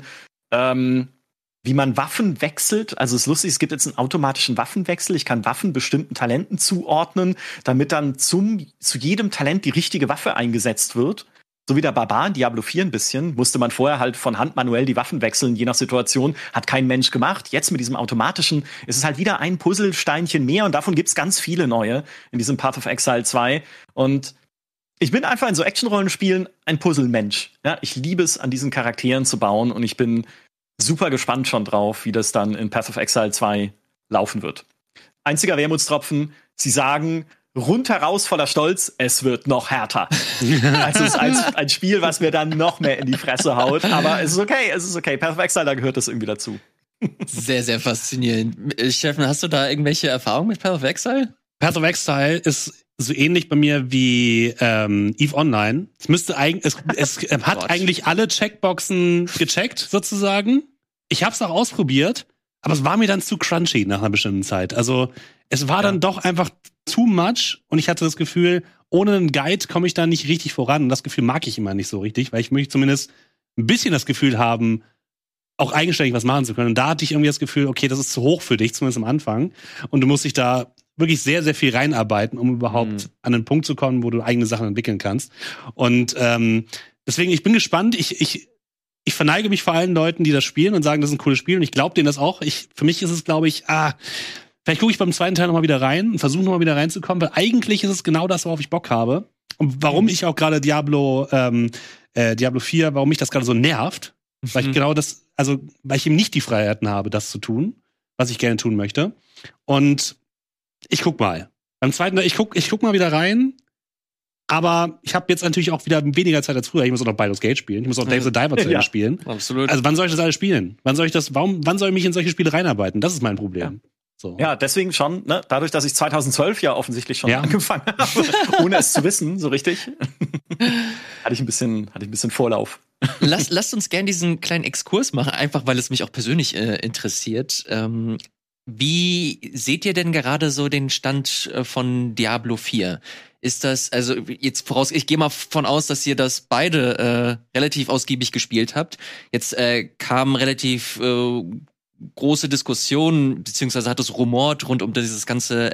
Waffen wechselt. Also es ist lustig, es gibt jetzt einen automatischen Waffenwechsel. Ich kann Waffen bestimmten Talenten zuordnen, damit dann zu jedem Talent die richtige Waffe eingesetzt wird. So wie der Barbar in Diablo 4 ein bisschen, musste man vorher halt von Hand manuell die Waffen wechseln, je nach Situation. Hat kein Mensch gemacht. Jetzt mit diesem automatischen ist es halt wieder ein Puzzlesteinchen mehr und davon gibt's ganz viele neue in diesem Path of Exile 2. Und ich bin einfach in so Action-Rollenspielen ein Puzzlemensch. Ja, ich liebe es, an diesen Charakteren zu bauen und ich bin super gespannt schon drauf, wie das dann in Path of Exile 2 laufen wird. Einziger Wermutstropfen, sie sagen rundheraus voller Stolz, es wird noch härter. Also es ist ein Spiel, was mir dann noch mehr in die Fresse haut. Aber es ist okay. Path of Exile, da gehört das irgendwie dazu. Sehr, sehr faszinierend. Steffen, hast du da irgendwelche Erfahrungen mit Path of Exile? Path of Exile ist so ähnlich bei mir wie EVE Online. Es hat eigentlich alle Checkboxen gecheckt, sozusagen. Ich hab's auch ausprobiert, aber es war mir dann zu crunchy nach einer bestimmten Zeit. Also es war dann doch einfach too much und ich hatte das Gefühl, ohne einen Guide komme ich da nicht richtig voran. Und das Gefühl mag ich immer nicht so richtig, weil ich möchte zumindest ein bisschen das Gefühl haben, auch eigenständig was machen zu können. Und da hatte ich irgendwie das Gefühl, okay, das ist zu hoch für dich, zumindest am Anfang. Und du musst dich da wirklich sehr, sehr viel reinarbeiten, um überhaupt an einen Punkt zu kommen, wo du eigene Sachen entwickeln kannst. Und deswegen, ich bin gespannt. Ich verneige mich vor allen Leuten, die das spielen und sagen, das ist ein cooles Spiel. Und ich glaube denen das auch. Für mich ist es, glaube ich, vielleicht gucke ich beim zweiten Teil noch mal wieder rein und versuche noch mal wieder reinzukommen, weil eigentlich ist es genau das, worauf ich Bock habe. Und warum ich auch gerade Diablo 4, warum mich das gerade so nervt, weil ich genau das, also weil ich eben nicht die Freiheiten habe, das zu tun, was ich gerne tun möchte. Und ich guck mal. Beim zweiten, ich guck mal wieder rein. Aber ich habe jetzt natürlich auch wieder weniger Zeit als früher. Ich muss auch noch Baldur's Gate spielen. Ich muss auch Dave the Diver zu Ende spielen. Absolut. Also wann soll ich das alles spielen? Wann soll ich mich in solche Spiele reinarbeiten? Das ist mein Problem. Ja. So. Ja, deswegen schon, ne? Dadurch, dass ich 2012 ja offensichtlich schon angefangen habe, ohne es zu wissen, so richtig, hatte ich ein bisschen Vorlauf. Lasst uns gerne diesen kleinen Exkurs machen, einfach weil es mich auch persönlich interessiert. Wie seht ihr denn gerade so den Stand von Diablo 4? Ist das, also jetzt ich gehe mal von aus, dass ihr das beide relativ ausgiebig gespielt habt. Jetzt kam relativ große Diskussionen, beziehungsweise hat es rumort rund um das ganze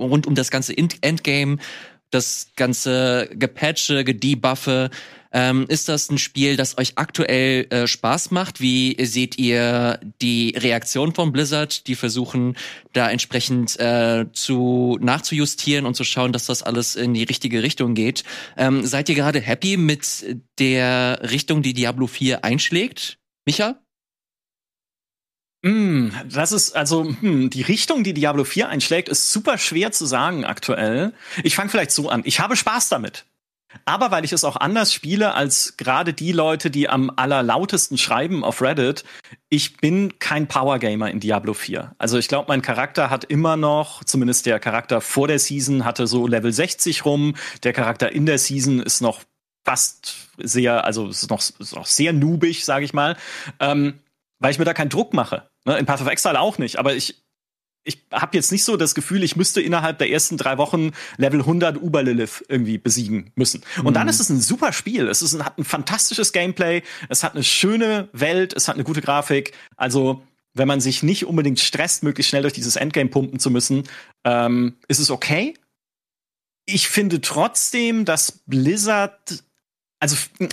Endgame, das ganze Gepatche, Gedebuffe. Ist das ein Spiel, das euch aktuell Spaß macht? Wie seht ihr die Reaktion von Blizzard, die versuchen, da entsprechend nachzujustieren und zu schauen, dass das alles in die richtige Richtung geht? Seid ihr gerade happy mit der Richtung, die Diablo 4 einschlägt? Micha? Das ist also die Richtung, die Diablo 4 einschlägt, ist super schwer zu sagen aktuell. Ich fange vielleicht so an. Ich habe Spaß damit. Aber weil ich es auch anders spiele als gerade die Leute, die am allerlautesten schreiben auf Reddit, ich bin kein Power-Gamer in Diablo 4. Also ich glaube, mein Charakter hat immer noch, zumindest der Charakter vor der Season hatte so Level 60 rum. Der Charakter in der Season ist noch fast sehr, also ist noch sehr noobig, sage ich mal, weil ich mir da keinen Druck mache. Ne? In Path of Exile auch nicht, aber ich habe jetzt nicht so das Gefühl, ich müsste innerhalb der ersten 3 Wochen Level 100 Uber-Lilith irgendwie besiegen müssen. Und dann ist es ein super Spiel. Hat ein fantastisches Gameplay, es hat eine schöne Welt, es hat eine gute Grafik. Also, wenn man sich nicht unbedingt stresst, möglichst schnell durch dieses Endgame pumpen zu müssen, ist es okay. Ich finde trotzdem, dass Blizzard, also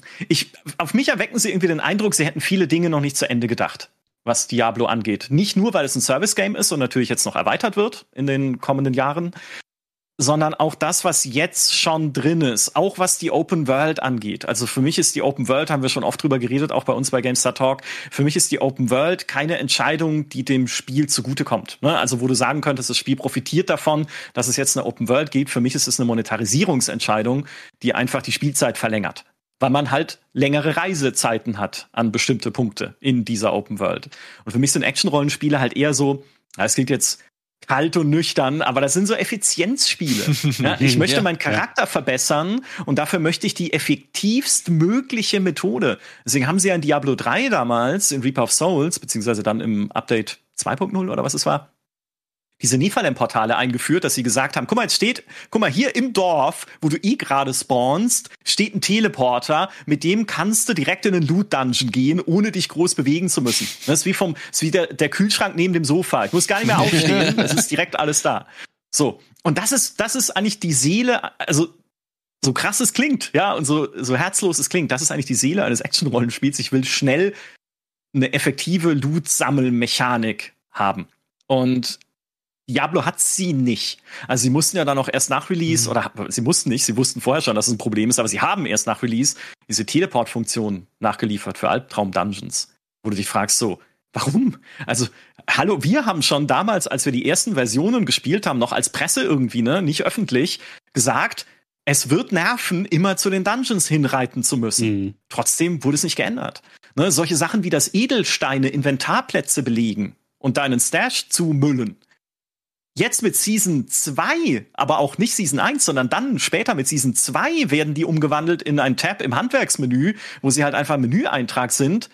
auf mich erwecken sie irgendwie den Eindruck, sie hätten viele Dinge noch nicht zu Ende gedacht, was Diablo angeht. Nicht nur, weil es ein Service-Game ist und natürlich jetzt noch erweitert wird in den kommenden Jahren, sondern auch das, was jetzt schon drin ist, auch was die Open World angeht. Also für mich ist die Open World, haben wir schon oft drüber geredet, auch bei uns bei GameStar Talk, für mich ist die Open World keine Entscheidung, die dem Spiel zugutekommt. Ne? Also wo du sagen könntest, das Spiel profitiert davon, dass es jetzt eine Open World gibt. Für mich ist es eine Monetarisierungsentscheidung, die einfach die Spielzeit verlängert. Weil man halt längere Reisezeiten hat an bestimmte Punkte in dieser Open World. Und für mich sind Action-Rollenspiele halt eher so, es klingt jetzt kalt und nüchtern, aber das sind so Effizienzspiele. Ja, ich möchte meinen Charakter verbessern und dafür möchte ich die effektivst mögliche Methode. Deswegen haben sie ja in Diablo 3 damals, in Reaper of Souls, beziehungsweise dann im Update 2.0 oder was es war, diese Nephalem-Portale eingeführt, dass sie gesagt haben, guck mal, hier im Dorf, wo du gerade spawnst, steht ein Teleporter, mit dem kannst du direkt in einen Loot-Dungeon gehen, ohne dich groß bewegen zu müssen. Das ist wie der Kühlschrank neben dem Sofa. Ich muss gar nicht mehr aufstehen, es ist direkt alles da. So, und das ist eigentlich die Seele, also so krass es klingt, ja, und so herzlos es klingt, das ist eigentlich die Seele eines Action-Rollenspiels. Ich will schnell eine effektive Loot-Sammel-Mechanik haben. Und Diablo hat sie nicht. Also sie mussten ja dann auch erst nach Release, oder sie mussten nicht, sie wussten vorher schon, dass es ein Problem ist, aber sie haben erst nach Release diese Teleport-Funktion nachgeliefert für Albtraum-Dungeons, wo du dich fragst so, warum? Also, hallo, wir haben schon damals, als wir die ersten Versionen gespielt haben, noch als Presse irgendwie, ne, nicht öffentlich, gesagt, es wird nerven, immer zu den Dungeons hinreiten zu müssen. Trotzdem wurde es nicht geändert. Ne, solche Sachen wie das Edelsteine Inventarplätze belegen und deinen Stash zu müllen. Jetzt mit Season 2, aber auch nicht Season 1, sondern dann später mit Season 2 werden die umgewandelt in einen Tab im Handwerksmenü, wo sie halt einfach ein Menüeintrag sind.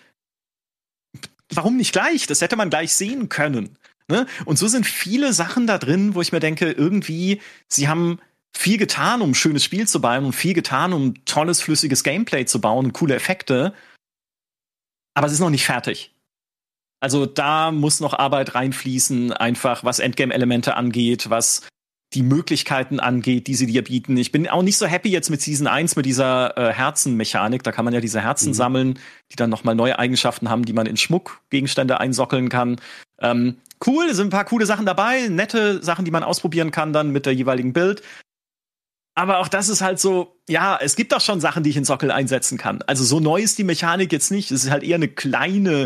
Warum nicht gleich? Das hätte man gleich sehen können. Ne? Und so sind viele Sachen da drin, wo ich mir denke, irgendwie, sie haben viel getan, um ein schönes Spiel zu bauen und viel getan, um tolles, flüssiges Gameplay zu bauen und coole Effekte. Aber es ist noch nicht fertig. Also da muss noch Arbeit reinfließen, einfach was Endgame-Elemente angeht, was die Möglichkeiten angeht, die sie dir bieten. Ich bin auch nicht so happy jetzt mit Season 1, mit dieser Herzen-Mechanik. Da kann man ja diese Herzen sammeln, die dann noch mal neue Eigenschaften haben, die man in Schmuckgegenstände einsockeln kann. Cool, sind ein paar coole Sachen dabei, nette Sachen, die man ausprobieren kann dann mit der jeweiligen Build. Aber auch das ist halt so, ja, es gibt auch schon Sachen, die ich in Sockel einsetzen kann. Also so neu ist die Mechanik jetzt nicht. Es ist halt eher eine kleine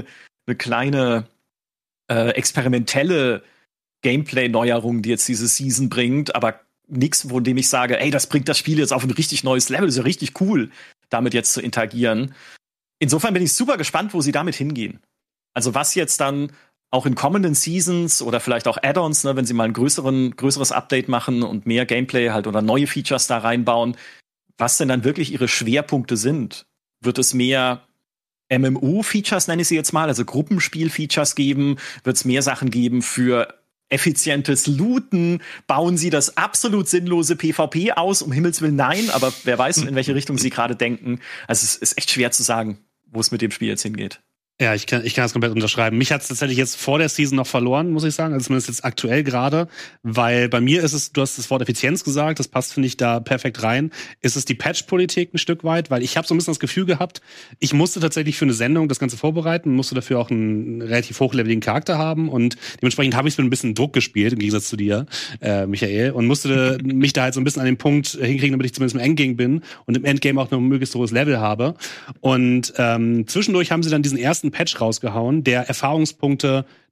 experimentelle Gameplay-Neuerung, die jetzt diese Season bringt, aber nichts, von dem ich sage, ey, das bringt das Spiel jetzt auf ein richtig neues Level, ist ja richtig cool, damit jetzt zu interagieren. Insofern bin ich super gespannt, wo sie damit hingehen. Also was jetzt dann auch in kommenden Seasons oder vielleicht auch Add-ons, ne, wenn sie mal ein größeres Update machen und mehr Gameplay halt oder neue Features da reinbauen, was denn dann wirklich ihre Schwerpunkte sind. Wird es mehr MMO-Features, nenne ich sie jetzt mal, also Gruppenspiel-Features geben? Wird es mehr Sachen geben für effizientes Looten? Bauen sie das absolut sinnlose PvP aus? Um Himmels Willen nein, aber wer weiß, in welche Richtung sie gerade denken. Also es ist echt schwer zu sagen, wo es mit dem Spiel jetzt hingeht. Ja, ich kann das komplett unterschreiben. Mich hat es tatsächlich jetzt vor der Season noch verloren, muss ich sagen. Also zumindest jetzt aktuell gerade. Weil bei mir ist es, du hast das Wort Effizienz gesagt, das passt, finde ich, da perfekt rein. Ist es die Patch-Politik ein Stück weit? Weil ich habe so ein bisschen das Gefühl gehabt, ich musste tatsächlich für eine Sendung das Ganze vorbereiten, musste dafür auch einen relativ hochleveligen Charakter haben. Und dementsprechend habe ich es mit ein bisschen Druck gespielt, im Gegensatz zu dir, Michael. Und musste mich da halt so ein bisschen an den Punkt hinkriegen, damit ich zumindest im Endgame bin und im Endgame auch noch ein möglichst hohes Level habe. Und zwischendurch haben sie dann diesen ersten Patch rausgehauen, der Erfahrungspunkte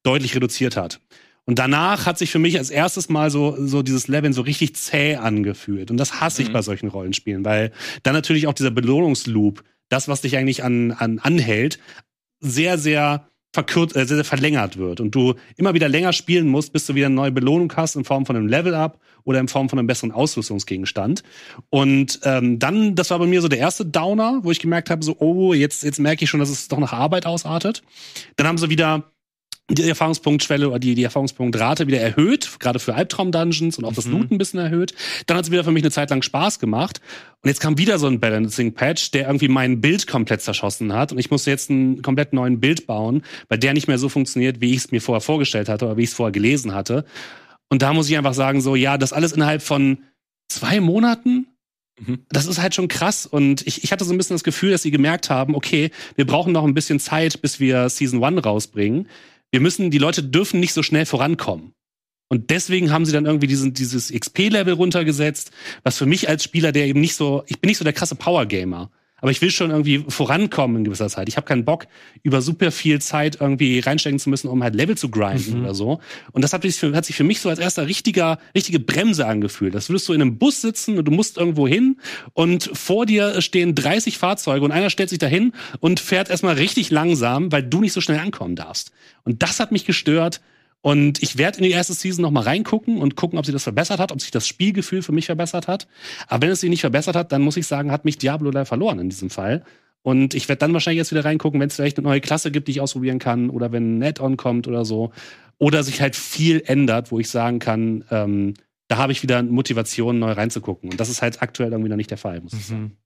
deutlich reduziert hat. Und danach hat sich für mich als erstes Mal so dieses Leveln so richtig zäh angefühlt. Und das hasse ich bei solchen Rollenspielen, weil dann natürlich auch dieser Belohnungsloop, das, was dich eigentlich anhält, sehr, sehr sehr, sehr verlängert wird. Und du immer wieder länger spielen musst, bis du wieder eine neue Belohnung hast in Form von einem Level-Up oder in Form von einem besseren Ausrüstungsgegenstand. Und dann, das war bei mir so der erste Downer, wo ich gemerkt habe, so, oh, jetzt merke ich schon, dass es doch nach Arbeit ausartet. Dann haben sie wieder die Erfahrungspunktschwelle oder die Erfahrungspunktrate wieder erhöht, gerade für Albtraum-Dungeons und auch das Loot ein bisschen erhöht. Dann hat es wieder für mich eine Zeit lang Spaß gemacht. Und jetzt kam wieder so ein Balancing-Patch, der irgendwie mein Bild komplett zerschossen hat. Und ich musste jetzt einen komplett neuen Bild bauen, weil der nicht mehr so funktioniert, wie ich es mir vorher vorgestellt hatte oder wie ich es vorher gelesen hatte. Und da muss ich einfach sagen, so, ja, das alles innerhalb von 2 Monaten, das ist halt schon krass. Und ich hatte so ein bisschen das Gefühl, dass sie gemerkt haben, okay, wir brauchen noch ein bisschen Zeit, bis wir Season 1 rausbringen. Die Leute dürfen nicht so schnell vorankommen. Und deswegen haben sie dann irgendwie dieses XP-Level runtergesetzt, was für mich als Spieler, der eben nicht so, ich bin nicht so der krasse Power-Gamer, aber ich will schon irgendwie vorankommen in gewisser Zeit. Ich habe keinen Bock, über super viel Zeit irgendwie reinstecken zu müssen, um halt Level zu grinden oder so. Und das hat sich für mich so als erster richtige Bremse angefühlt. Das würdest du in einem Bus sitzen und du musst irgendwo hin und vor dir stehen 30 Fahrzeuge und einer stellt sich dahin und fährt erstmal richtig langsam, weil du nicht so schnell ankommen darfst. Und das hat mich gestört. Und ich werde in die erste Season noch mal reingucken und gucken, ob sie das verbessert hat, ob sich das Spielgefühl für mich verbessert hat. Aber wenn es sich nicht verbessert hat, dann muss ich sagen, hat mich Diablo leider verloren in diesem Fall. Und ich werde dann wahrscheinlich jetzt wieder reingucken, wenn es vielleicht eine neue Klasse gibt, die ich ausprobieren kann, oder wenn ein Add-on kommt oder so. Oder sich halt viel ändert, wo ich sagen kann, da habe ich wieder Motivation, neu reinzugucken. Und das ist halt aktuell irgendwie noch nicht der Fall, muss ich sagen.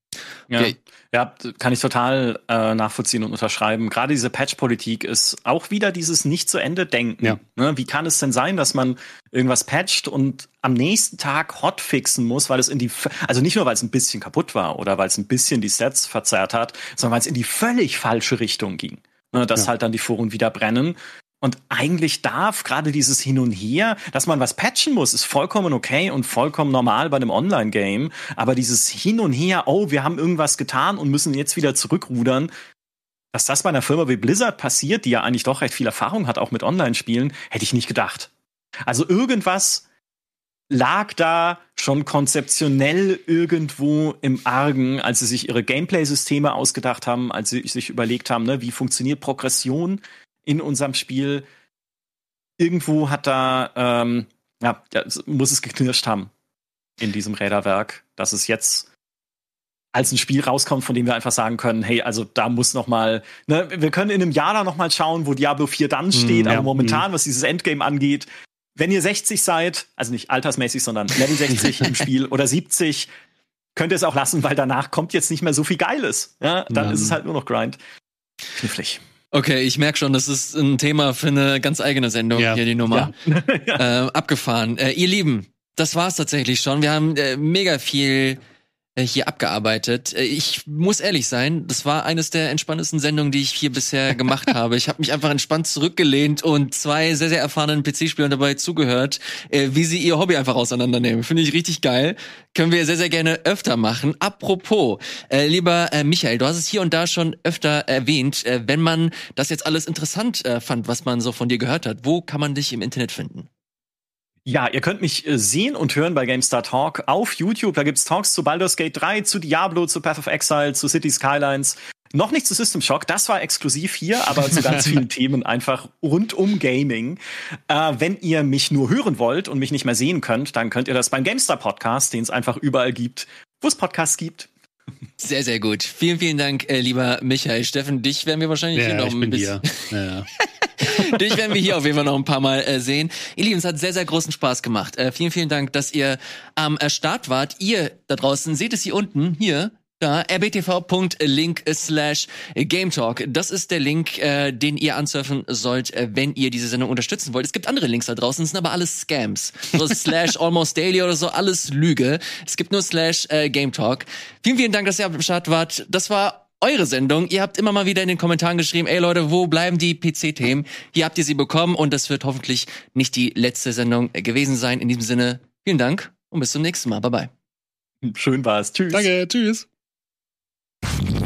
Ja, kann ich total nachvollziehen und unterschreiben. Gerade diese Patch-Politik ist auch wieder dieses Nicht-zu-Ende-Denken. Ja. Ne? Wie kann es denn sein, dass man irgendwas patcht und am nächsten Tag hotfixen muss, weil es also nicht nur, weil es ein bisschen kaputt war oder weil es ein bisschen die Stats verzerrt hat, sondern weil es in die völlig falsche Richtung ging. Ne? Dass halt dann die Foren wieder brennen. Und eigentlich darf gerade dieses Hin und Her, dass man was patchen muss, ist vollkommen okay und vollkommen normal bei einem Online-Game. Aber dieses Hin und Her, oh, wir haben irgendwas getan und müssen jetzt wieder zurückrudern, dass das bei einer Firma wie Blizzard passiert, die ja eigentlich doch recht viel Erfahrung hat, auch mit Online-Spielen, hätte ich nicht gedacht. Also irgendwas lag da schon konzeptionell irgendwo im Argen, als sie sich ihre Gameplay-Systeme ausgedacht haben, als sie sich überlegt haben, ne, wie funktioniert Progression in unserem Spiel. Irgendwo hat da, muss es geknirscht haben in diesem Räderwerk, dass es jetzt als ein Spiel rauskommt, von dem wir einfach sagen können, hey, also da muss noch mal, ne, wir können in einem Jahr da noch mal schauen, wo Diablo 4 dann steht, aber momentan, was dieses Endgame angeht, wenn ihr 60 seid, also nicht altersmäßig, sondern Level 60 im Spiel oder 70, könnt ihr es auch lassen, weil danach kommt jetzt nicht mehr so viel Geiles. Ja, dann ist es halt nur noch Grind. Knifflig. Okay, ich merke schon, das ist ein Thema für eine ganz eigene Sendung, hier die Nummer. Abgefahren. Ihr Lieben, das war's tatsächlich schon. Wir haben mega viel hier abgearbeitet. Ich muss ehrlich sein, das war eines der entspanntesten Sendungen, die ich hier bisher gemacht habe. Ich habe mich einfach entspannt zurückgelehnt und 2 sehr, sehr erfahrenen PC-Spielern dabei zugehört, wie sie ihr Hobby einfach auseinandernehmen. Finde ich richtig geil. Können wir sehr, sehr gerne öfter machen. Apropos, lieber Michael, du hast es hier und da schon öfter erwähnt, wenn man das jetzt alles interessant fand, was man so von dir gehört hat, wo kann man dich im Internet finden? Ja, ihr könnt mich sehen und hören bei GameStar Talk auf YouTube. Da gibt's Talks zu Baldur's Gate 3, zu Diablo, zu Path of Exile, zu City Skylines. Noch nicht zu System Shock, das war exklusiv hier, aber zu ganz vielen Themen einfach rund um Gaming. Wenn ihr mich nur hören wollt und mich nicht mehr sehen könnt, dann könnt ihr das beim GameStar Podcast, den es einfach überall gibt, wo es Podcasts gibt. Sehr, sehr gut. Vielen, vielen Dank, lieber Michael. Steffen, dich werden wir wahrscheinlich hier noch ein bisschen... Dich werden wir hier auf jeden Fall noch ein paar Mal sehen. Ihr Lieben, es hat sehr, sehr großen Spaß gemacht. Vielen, vielen Dank, dass ihr am Start wart. Ihr da draußen seht es hier unten, hier, da, rbtv.link/gametalk. Das ist der Link, den ihr ansurfen sollt, wenn ihr diese Sendung unterstützen wollt. Es gibt andere Links da draußen, das sind aber alles Scams. So /almostdaily oder so, alles Lüge. Es gibt nur /gametalk. Vielen, vielen Dank, dass ihr am Start wart. Das war eure Sendung. Ihr habt immer mal wieder in den Kommentaren geschrieben, ey Leute, wo bleiben die PC-Themen? Hier habt ihr sie bekommen und das wird hoffentlich nicht die letzte Sendung gewesen sein. In diesem Sinne, vielen Dank und bis zum nächsten Mal. Bye bye. Schön war's. Tschüss. Danke, tschüss.